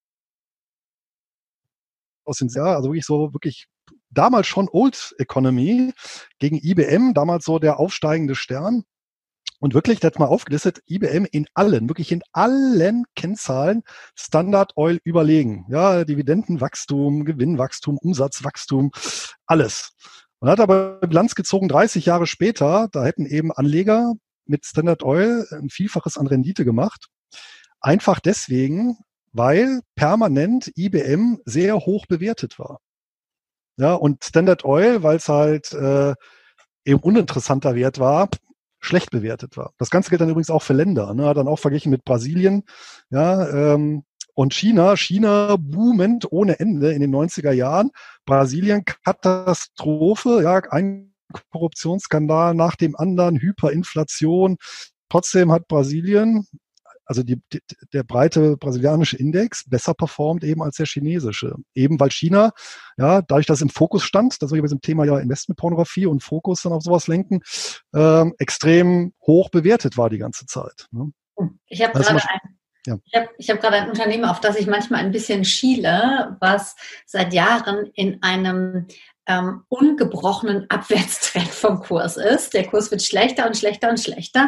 aus den, ja, also wirklich so, wirklich damals schon Old Economy gegen I B M, damals so der aufsteigende Stern. Und wirklich, der hat mal aufgelistet, I B M in allen, wirklich in allen Kennzahlen Standard Oil überlegen. Ja, Dividendenwachstum, Gewinnwachstum, Umsatzwachstum, alles. Und hat aber Bilanz gezogen, dreißig Jahre später, da hätten eben Anleger mit Standard Oil ein Vielfaches an Rendite gemacht. Einfach deswegen, weil permanent I B M sehr hoch bewertet war. Ja, und Standard Oil, weil es halt äh, eben uninteressanter Wert war, schlecht bewertet war. Das Ganze gilt dann übrigens auch für Länder, ne? Dann auch verglichen mit Brasilien, ja, ähm, und China. China boomend ohne Ende in den neunziger Jahren. Brasilien Katastrophe, ja, ein Korruptionsskandal nach dem anderen, Hyperinflation. Trotzdem hat Brasilien, also die, die, der breite brasilianische Index, besser performt eben als der chinesische. Eben weil China, ja, dadurch, dass es im Fokus stand, das soll ich bei diesem Thema ja Investmentpornografie und Fokus dann auf sowas lenken, ähm, extrem hoch bewertet war die ganze Zeit. Ne? Ich habe gerade ein, ja. ich hab, ich hab gerade ein Unternehmen, auf das ich manchmal ein bisschen schiele, was seit Jahren in einem ähm, ungebrochenen Abwärtstrend vom Kurs ist. Der Kurs wird schlechter und schlechter und schlechter.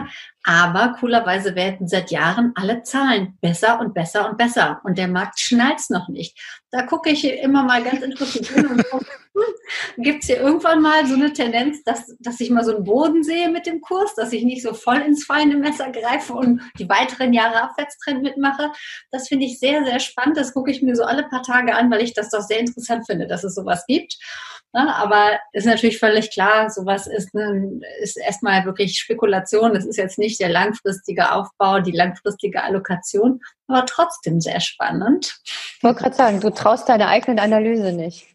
Aber coolerweise werden seit Jahren alle Zahlen besser und besser und besser. Und der Markt schnallt's noch nicht. Da gucke ich immer mal ganz interessiert hin und so, hm, gibt es hier irgendwann mal so eine Tendenz, dass, dass ich mal so einen Boden sehe mit dem Kurs, dass ich nicht so voll ins fallende Messer greife und die weiteren Jahre Abwärtstrend mitmache. Das finde ich sehr, sehr spannend. Das gucke ich mir so alle paar Tage an, weil ich das doch sehr interessant finde, dass es sowas gibt. Ja, aber ist natürlich völlig klar, sowas ist, ne, ist erstmal wirklich Spekulation. Das ist jetzt nicht der langfristige Aufbau, die langfristige Allokation, aber trotzdem sehr spannend. Ich wollte gerade sagen, du traust deiner eigenen Analyse nicht.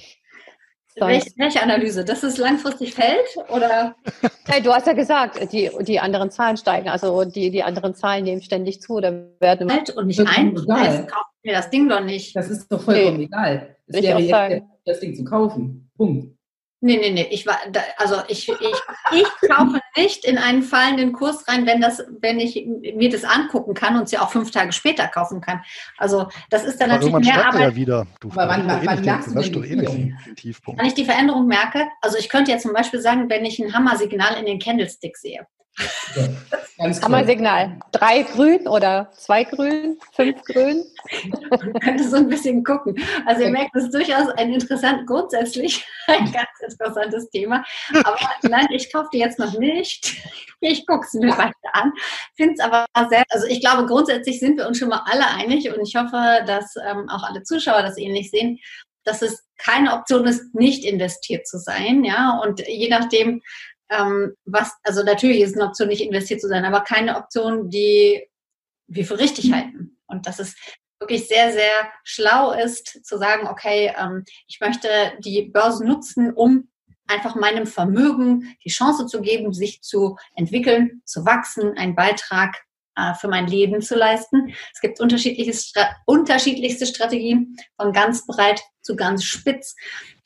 Welche, welche Analyse? Dass es langfristig fällt? Oder? Hey, du hast ja gesagt, die, die anderen Zahlen steigen, also die, die anderen Zahlen nehmen ständig zu. Oder werden halt und nicht ein, kauft mir das Ding doch nicht. Das ist doch vollkommen nee. egal. Es wäre jetzt der, das Ding zu kaufen. Punkt. Nee, nee, nee. Ich war, also ich, ich, ich kaufe nicht in einen fallenden Kurs rein, wenn das, wenn ich mir das angucken kann und es ja auch fünf Tage später kaufen kann. Also das ist dann aber natürlich mehr Arbeit. Ja wieder. Du, aber wann, wann, wann merkst du doch eh nicht den Tiefpunkt. Wenn ich die Veränderung merke, also ich könnte ja zum Beispiel sagen, wenn ich ein Hammersignal in den Candlestick sehe. Ja, Hammersignal. Drei grün oder zwei grün, fünf grün? Man könnte so ein bisschen gucken. Also ihr merkt, das ist durchaus ein interessant, grundsätzlich ein ganz interessantes Thema. Aber nein, ich kaufe die jetzt noch nicht. Ich gucke es mir weiter an. Finde es aber sehr, also ich glaube, grundsätzlich sind wir uns schon mal alle einig und ich hoffe, dass ähm, auch alle Zuschauer das ähnlich sehen, dass es keine Option ist, nicht investiert zu sein. Ja, und je nachdem, Ähm, was, also natürlich ist es eine Option, nicht investiert zu sein, aber keine Option, die wir für richtig halten. Und dass es wirklich sehr, sehr schlau ist, zu sagen, okay, ähm, ich möchte die Börse nutzen, um einfach meinem Vermögen die Chance zu geben, sich zu entwickeln, zu wachsen, einen Beitrag äh, für mein Leben zu leisten. Es gibt unterschiedliche, Stra- unterschiedlichste Strategien, von ganz breit zu ganz spitz.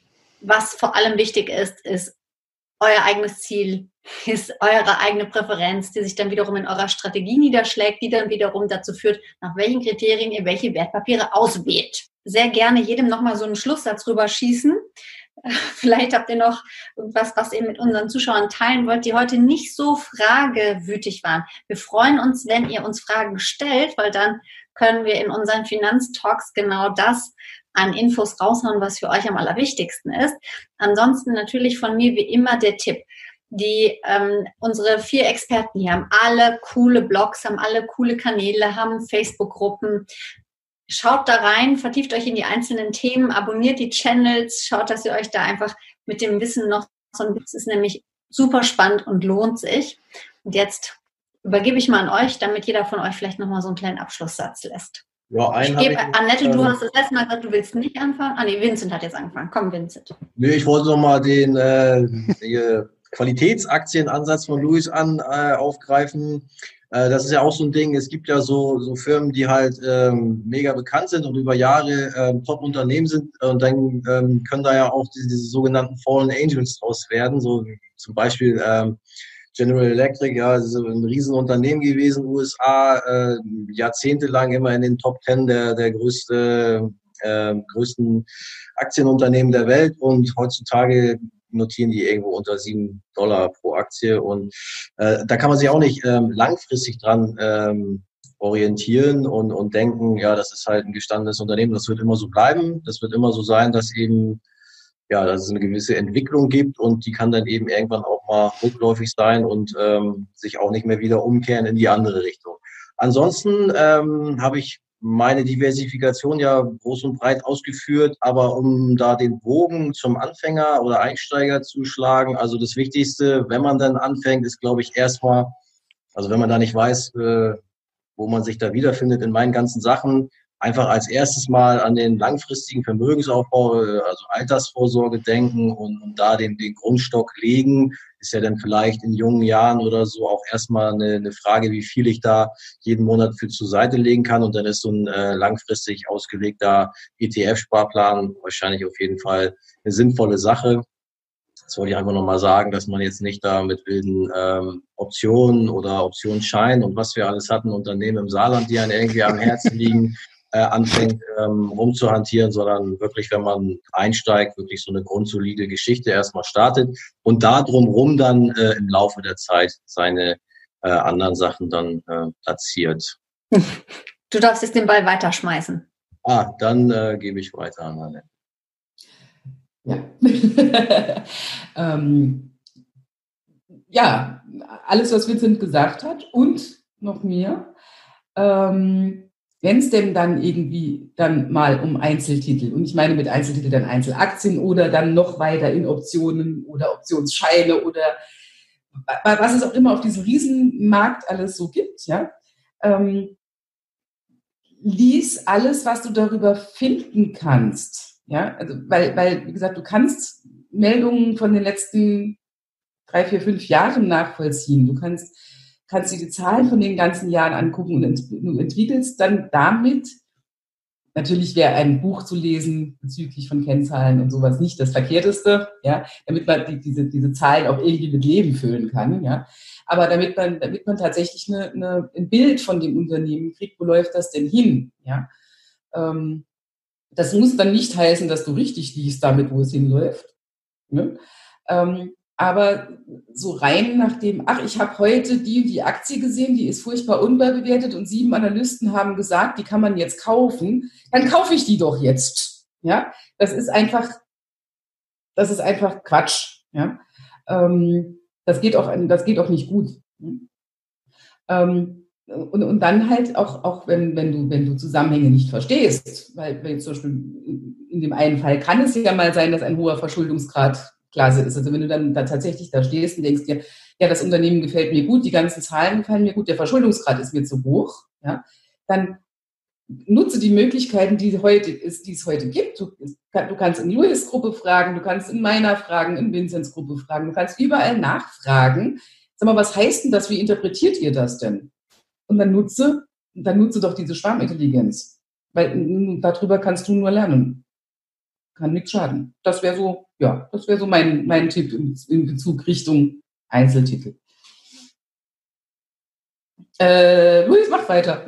Was vor allem wichtig ist, ist, euer eigenes Ziel, ist eure eigene Präferenz, die sich dann wiederum in eurer Strategie niederschlägt, die dann wiederum dazu führt, nach welchen Kriterien ihr welche Wertpapiere auswählt. Sehr gerne jedem nochmal so einen Schlusssatz rüber schießen. Vielleicht habt ihr noch irgendwas, was ihr mit unseren Zuschauern teilen wollt, die heute nicht so fragewütig waren. Wir freuen uns, wenn ihr uns Fragen stellt, weil dann können wir in unseren Finanztalks genau das an Infos raushauen, was für euch am allerwichtigsten ist. Ansonsten natürlich von mir wie immer der Tipp. Die ähm, unsere vier Experten hier haben alle coole Blogs, haben alle coole Kanäle, haben Facebook-Gruppen. Schaut da rein, vertieft euch in die einzelnen Themen, abonniert die Channels, schaut, dass ihr euch da einfach mit dem Wissen noch so ein bisschen, es ist nämlich super spannend und lohnt sich. Und jetzt übergebe ich mal an euch, damit jeder von euch vielleicht nochmal so einen kleinen Abschlusssatz lässt. Ja, einen ich gebe, ich, Annette, ähm, du hast das letzte Mal gesagt, du willst nicht anfangen. Ah nee, Vincent hat jetzt angefangen. Komm, Vincent. Nee, ich wollte noch mal den äh, die Qualitätsaktienansatz von Luis an äh, aufgreifen. Äh, das ist ja auch so ein Ding. Es gibt ja so so Firmen, die halt ähm, mega bekannt sind und über Jahre ähm, Top-Unternehmen sind. Und dann ähm, können da ja auch diese, diese sogenannten Fallen Angels draus werden. So zum Beispiel ähm, General Electric, ja, das ist ein Riesenunternehmen gewesen, U S A, äh, jahrzehntelang immer in den Top Ten der, der größte, äh, größten Aktienunternehmen der Welt und heutzutage notieren die irgendwo unter sieben Dollar pro Aktie und äh, da kann man sich auch nicht ähm, langfristig dran ähm, orientieren und, und denken, ja, das ist halt ein gestandenes Unternehmen, das wird immer so bleiben, das wird immer so sein, dass eben ja, dass es eine gewisse Entwicklung gibt und die kann dann eben irgendwann auch mal rückläufig sein und ähm, sich auch nicht mehr wieder umkehren in die andere Richtung. Ansonsten ähm, habe ich meine Diversifikation ja groß und breit ausgeführt, aber um da den Bogen zum Anfänger oder Einsteiger zu schlagen, also das Wichtigste, wenn man dann anfängt, ist, glaube ich, erstmal, also wenn man da nicht weiß, äh, wo man sich da wiederfindet in meinen ganzen Sachen, einfach als erstes mal an den langfristigen Vermögensaufbau, also Altersvorsorge denken und, und da den, den Grundstock legen. Ist ja dann vielleicht in jungen Jahren oder so auch erstmal eine, eine Frage, wie viel ich da jeden Monat für zur Seite legen kann. Und dann ist so ein äh, langfristig ausgelegter E T F-Sparplan wahrscheinlich auf jeden Fall eine sinnvolle Sache. Das wollte ich einfach nochmal sagen, dass man jetzt nicht da mit wilden ähm, Optionen oder Optionsscheinen und was wir alles hatten, Unternehmen im Saarland, die einem irgendwie am Herzen liegen, äh, anfängt ähm, rumzuhantieren, sondern wirklich, wenn man einsteigt, wirklich so eine grundsolide Geschichte erstmal startet und da drumherum dann äh, im Laufe der Zeit seine äh, anderen Sachen dann äh, platziert. Du darfst jetzt den Ball weiterschmeißen. Ah, dann äh, gebe ich weiter an Annette. Ja. ähm, ja, alles, was Vincent gesagt hat und noch mehr. Ähm, wenn es denn dann irgendwie dann mal um Einzeltitel, und ich meine mit Einzeltitel dann Einzelaktien oder dann noch weiter in Optionen oder Optionsscheine oder was es auch immer auf diesem Riesenmarkt alles so gibt, ja, ähm, lies alles, was du darüber finden kannst, ja, also weil, weil, wie gesagt, du kannst Meldungen von den letzten drei, vier, fünf Jahren nachvollziehen, du kannst kannst dir die Zahlen von den ganzen Jahren angucken und ent- du entwickelst dann damit, natürlich wäre ein Buch zu lesen bezüglich von Kennzahlen und sowas nicht das Verkehrteste, ja, damit man die, diese, diese Zahlen auch irgendwie mit Leben füllen kann, ja. Aber damit man, damit man tatsächlich eine, eine, ein Bild von dem Unternehmen kriegt, wo läuft das denn hin, ja. Ähm, das muss dann nicht heißen, dass du richtig liegst damit, wo es hinläuft, ne? Ähm, aber so rein nach dem, ach, ich habe heute die und die Aktie gesehen, die ist furchtbar unbewertet und sieben Analysten haben gesagt, die kann man jetzt kaufen, dann kaufe ich die doch jetzt. Ja, das ist einfach, das ist einfach Quatsch. Ja, ähm, das geht auch, das geht auch nicht gut. Ähm, und, und dann halt auch, auch wenn, wenn du, wenn du Zusammenhänge nicht verstehst, weil, weil zum Beispiel in dem einen Fall kann es ja mal sein, dass ein hoher Verschuldungsgrad Klasse ist. Also wenn du dann da tatsächlich da stehst und denkst dir, ja, das Unternehmen gefällt mir gut, die ganzen Zahlen gefallen mir gut, der Verschuldungsgrad ist mir zu hoch, ja, dann nutze die Möglichkeiten, die, heute ist, die es heute gibt. Du, du kannst in Louis' Gruppe fragen, du kannst in meiner fragen, in Vincents Gruppe fragen, du kannst überall nachfragen. Sag mal, was heißt denn das? Wie interpretiert ihr das denn? Und dann nutze, dann nutze doch diese Schwarmintelligenz. Weil darüber kannst du nur lernen. Kann nichts schaden. Das wäre so, ja, das wäre so mein, mein Tipp in, in Bezug Richtung Einzeltitel. Äh, Luis, mach weiter.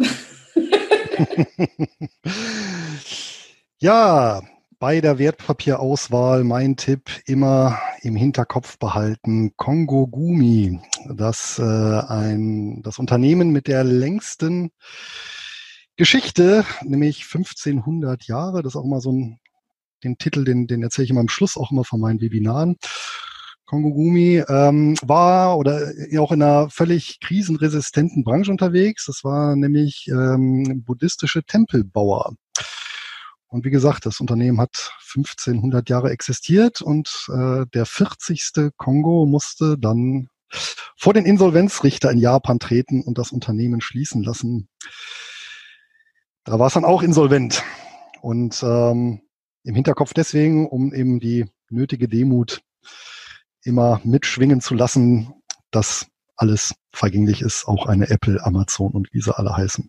Ja, bei der Wertpapierauswahl mein Tipp immer im Hinterkopf behalten, Kongo Gumi, das, äh, ein, das Unternehmen mit der längsten Geschichte, nämlich fünfzehnhundert Jahre, das ist auch immer so ein, den Titel, den, den erzähle ich immer am Schluss auch immer von meinen Webinaren. Kongo Gumi ähm, war oder auch in einer völlig krisenresistenten Branche unterwegs. Das war nämlich ähm, buddhistische Tempelbauer. Und wie gesagt, das Unternehmen hat fünfzehnhundert Jahre existiert und äh, der vierzigste Kongo musste dann vor den Insolvenzrichter in Japan treten und das Unternehmen schließen lassen. Da war es dann auch insolvent. Und ähm, im Hinterkopf deswegen, um eben die nötige Demut immer mitschwingen zu lassen, dass alles vergänglich ist, auch eine Apple, Amazon und wie sie alle heißen.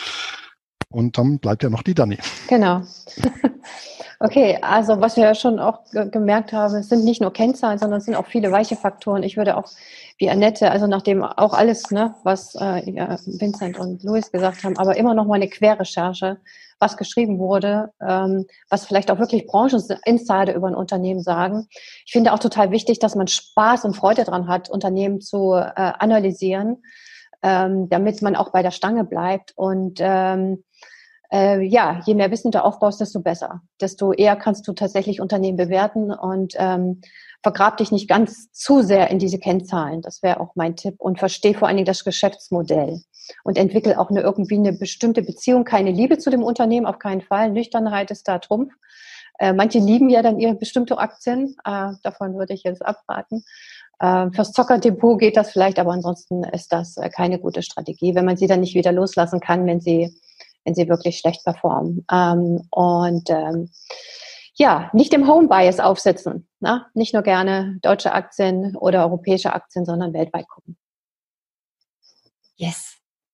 Und dann bleibt ja noch die Dani. Genau. Okay, also was wir ja schon auch ge- gemerkt haben, es sind nicht nur Kennzahlen, sondern es sind auch viele weiche Faktoren. Ich würde auch, wie Annette, also nachdem auch alles, ne, was äh, ja, Vincent und Louis gesagt haben, aber immer noch mal eine Querrecherche, was geschrieben wurde, ähm, was vielleicht auch wirklich Brancheninsider über ein Unternehmen sagen. Ich finde auch total wichtig, dass man Spaß und Freude dran hat, Unternehmen zu äh, analysieren, ähm, damit man auch bei der Stange bleibt und ähm, Äh, ja, je mehr Wissen du aufbaust, desto besser. Desto eher kannst du tatsächlich Unternehmen bewerten und ähm, vergrab dich nicht ganz zu sehr in diese Kennzahlen. Das wäre auch mein Tipp. Und versteh vor allen Dingen das Geschäftsmodell und entwickel auch eine, irgendwie eine bestimmte Beziehung. Keine Liebe zu dem Unternehmen, auf keinen Fall. Nüchternheit ist da Trumpf. Äh, manche lieben ja dann ihre bestimmte Aktien. Äh, davon würde ich jetzt abraten. Äh, fürs Zockerdepot geht das vielleicht, aber ansonsten ist das äh, keine gute Strategie, wenn man sie dann nicht wieder loslassen kann, wenn sie wenn sie wirklich schlecht performen. Ähm, und ähm, ja, nicht im Home-Bias aufsitzen. Ne? Nicht nur gerne deutsche Aktien oder europäische Aktien, sondern weltweit gucken. Yes.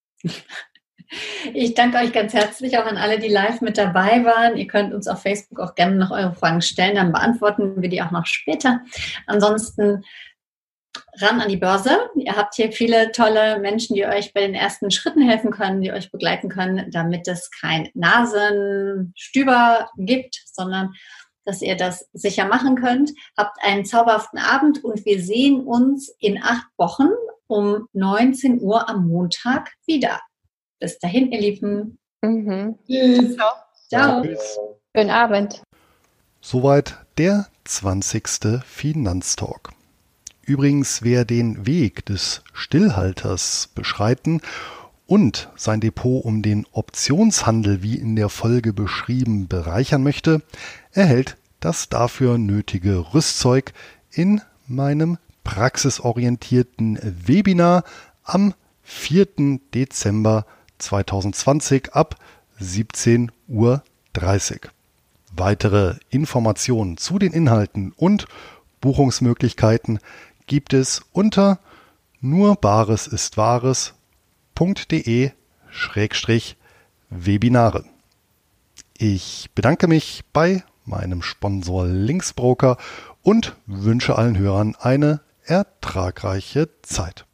Ich danke euch ganz herzlich, auch an alle, die live mit dabei waren. Ihr könnt uns auf Facebook auch gerne noch eure Fragen stellen, dann beantworten wir die auch noch später. Ansonsten ran an die Börse. Ihr habt hier viele tolle Menschen, die euch bei den ersten Schritten helfen können, die euch begleiten können, damit es kein Nasenstüber gibt, sondern dass ihr das sicher machen könnt. Habt einen zauberhaften Abend und wir sehen uns in acht Wochen um neunzehn Uhr am Montag wieder. Bis dahin, ihr Lieben. Mhm. Tschüss. Ciao. Schönen Abend. Soweit der zwanzigste Finanztalk. Übrigens, wer den Weg des Stillhalters beschreiten und sein Depot um den Optionshandel, wie in der Folge beschrieben, bereichern möchte, erhält das dafür nötige Rüstzeug in meinem praxisorientierten Webinar am vierten Dezember zweitausendzwanzig ab siebzehn Uhr dreißig. Weitere Informationen zu den Inhalten und Buchungsmöglichkeiten gibt es unter nurbaresistwahres.de Schrägstrich Webinare. Ich bedanke mich bei meinem Sponsor Linksbroker und wünsche allen Hörern eine ertragreiche Zeit.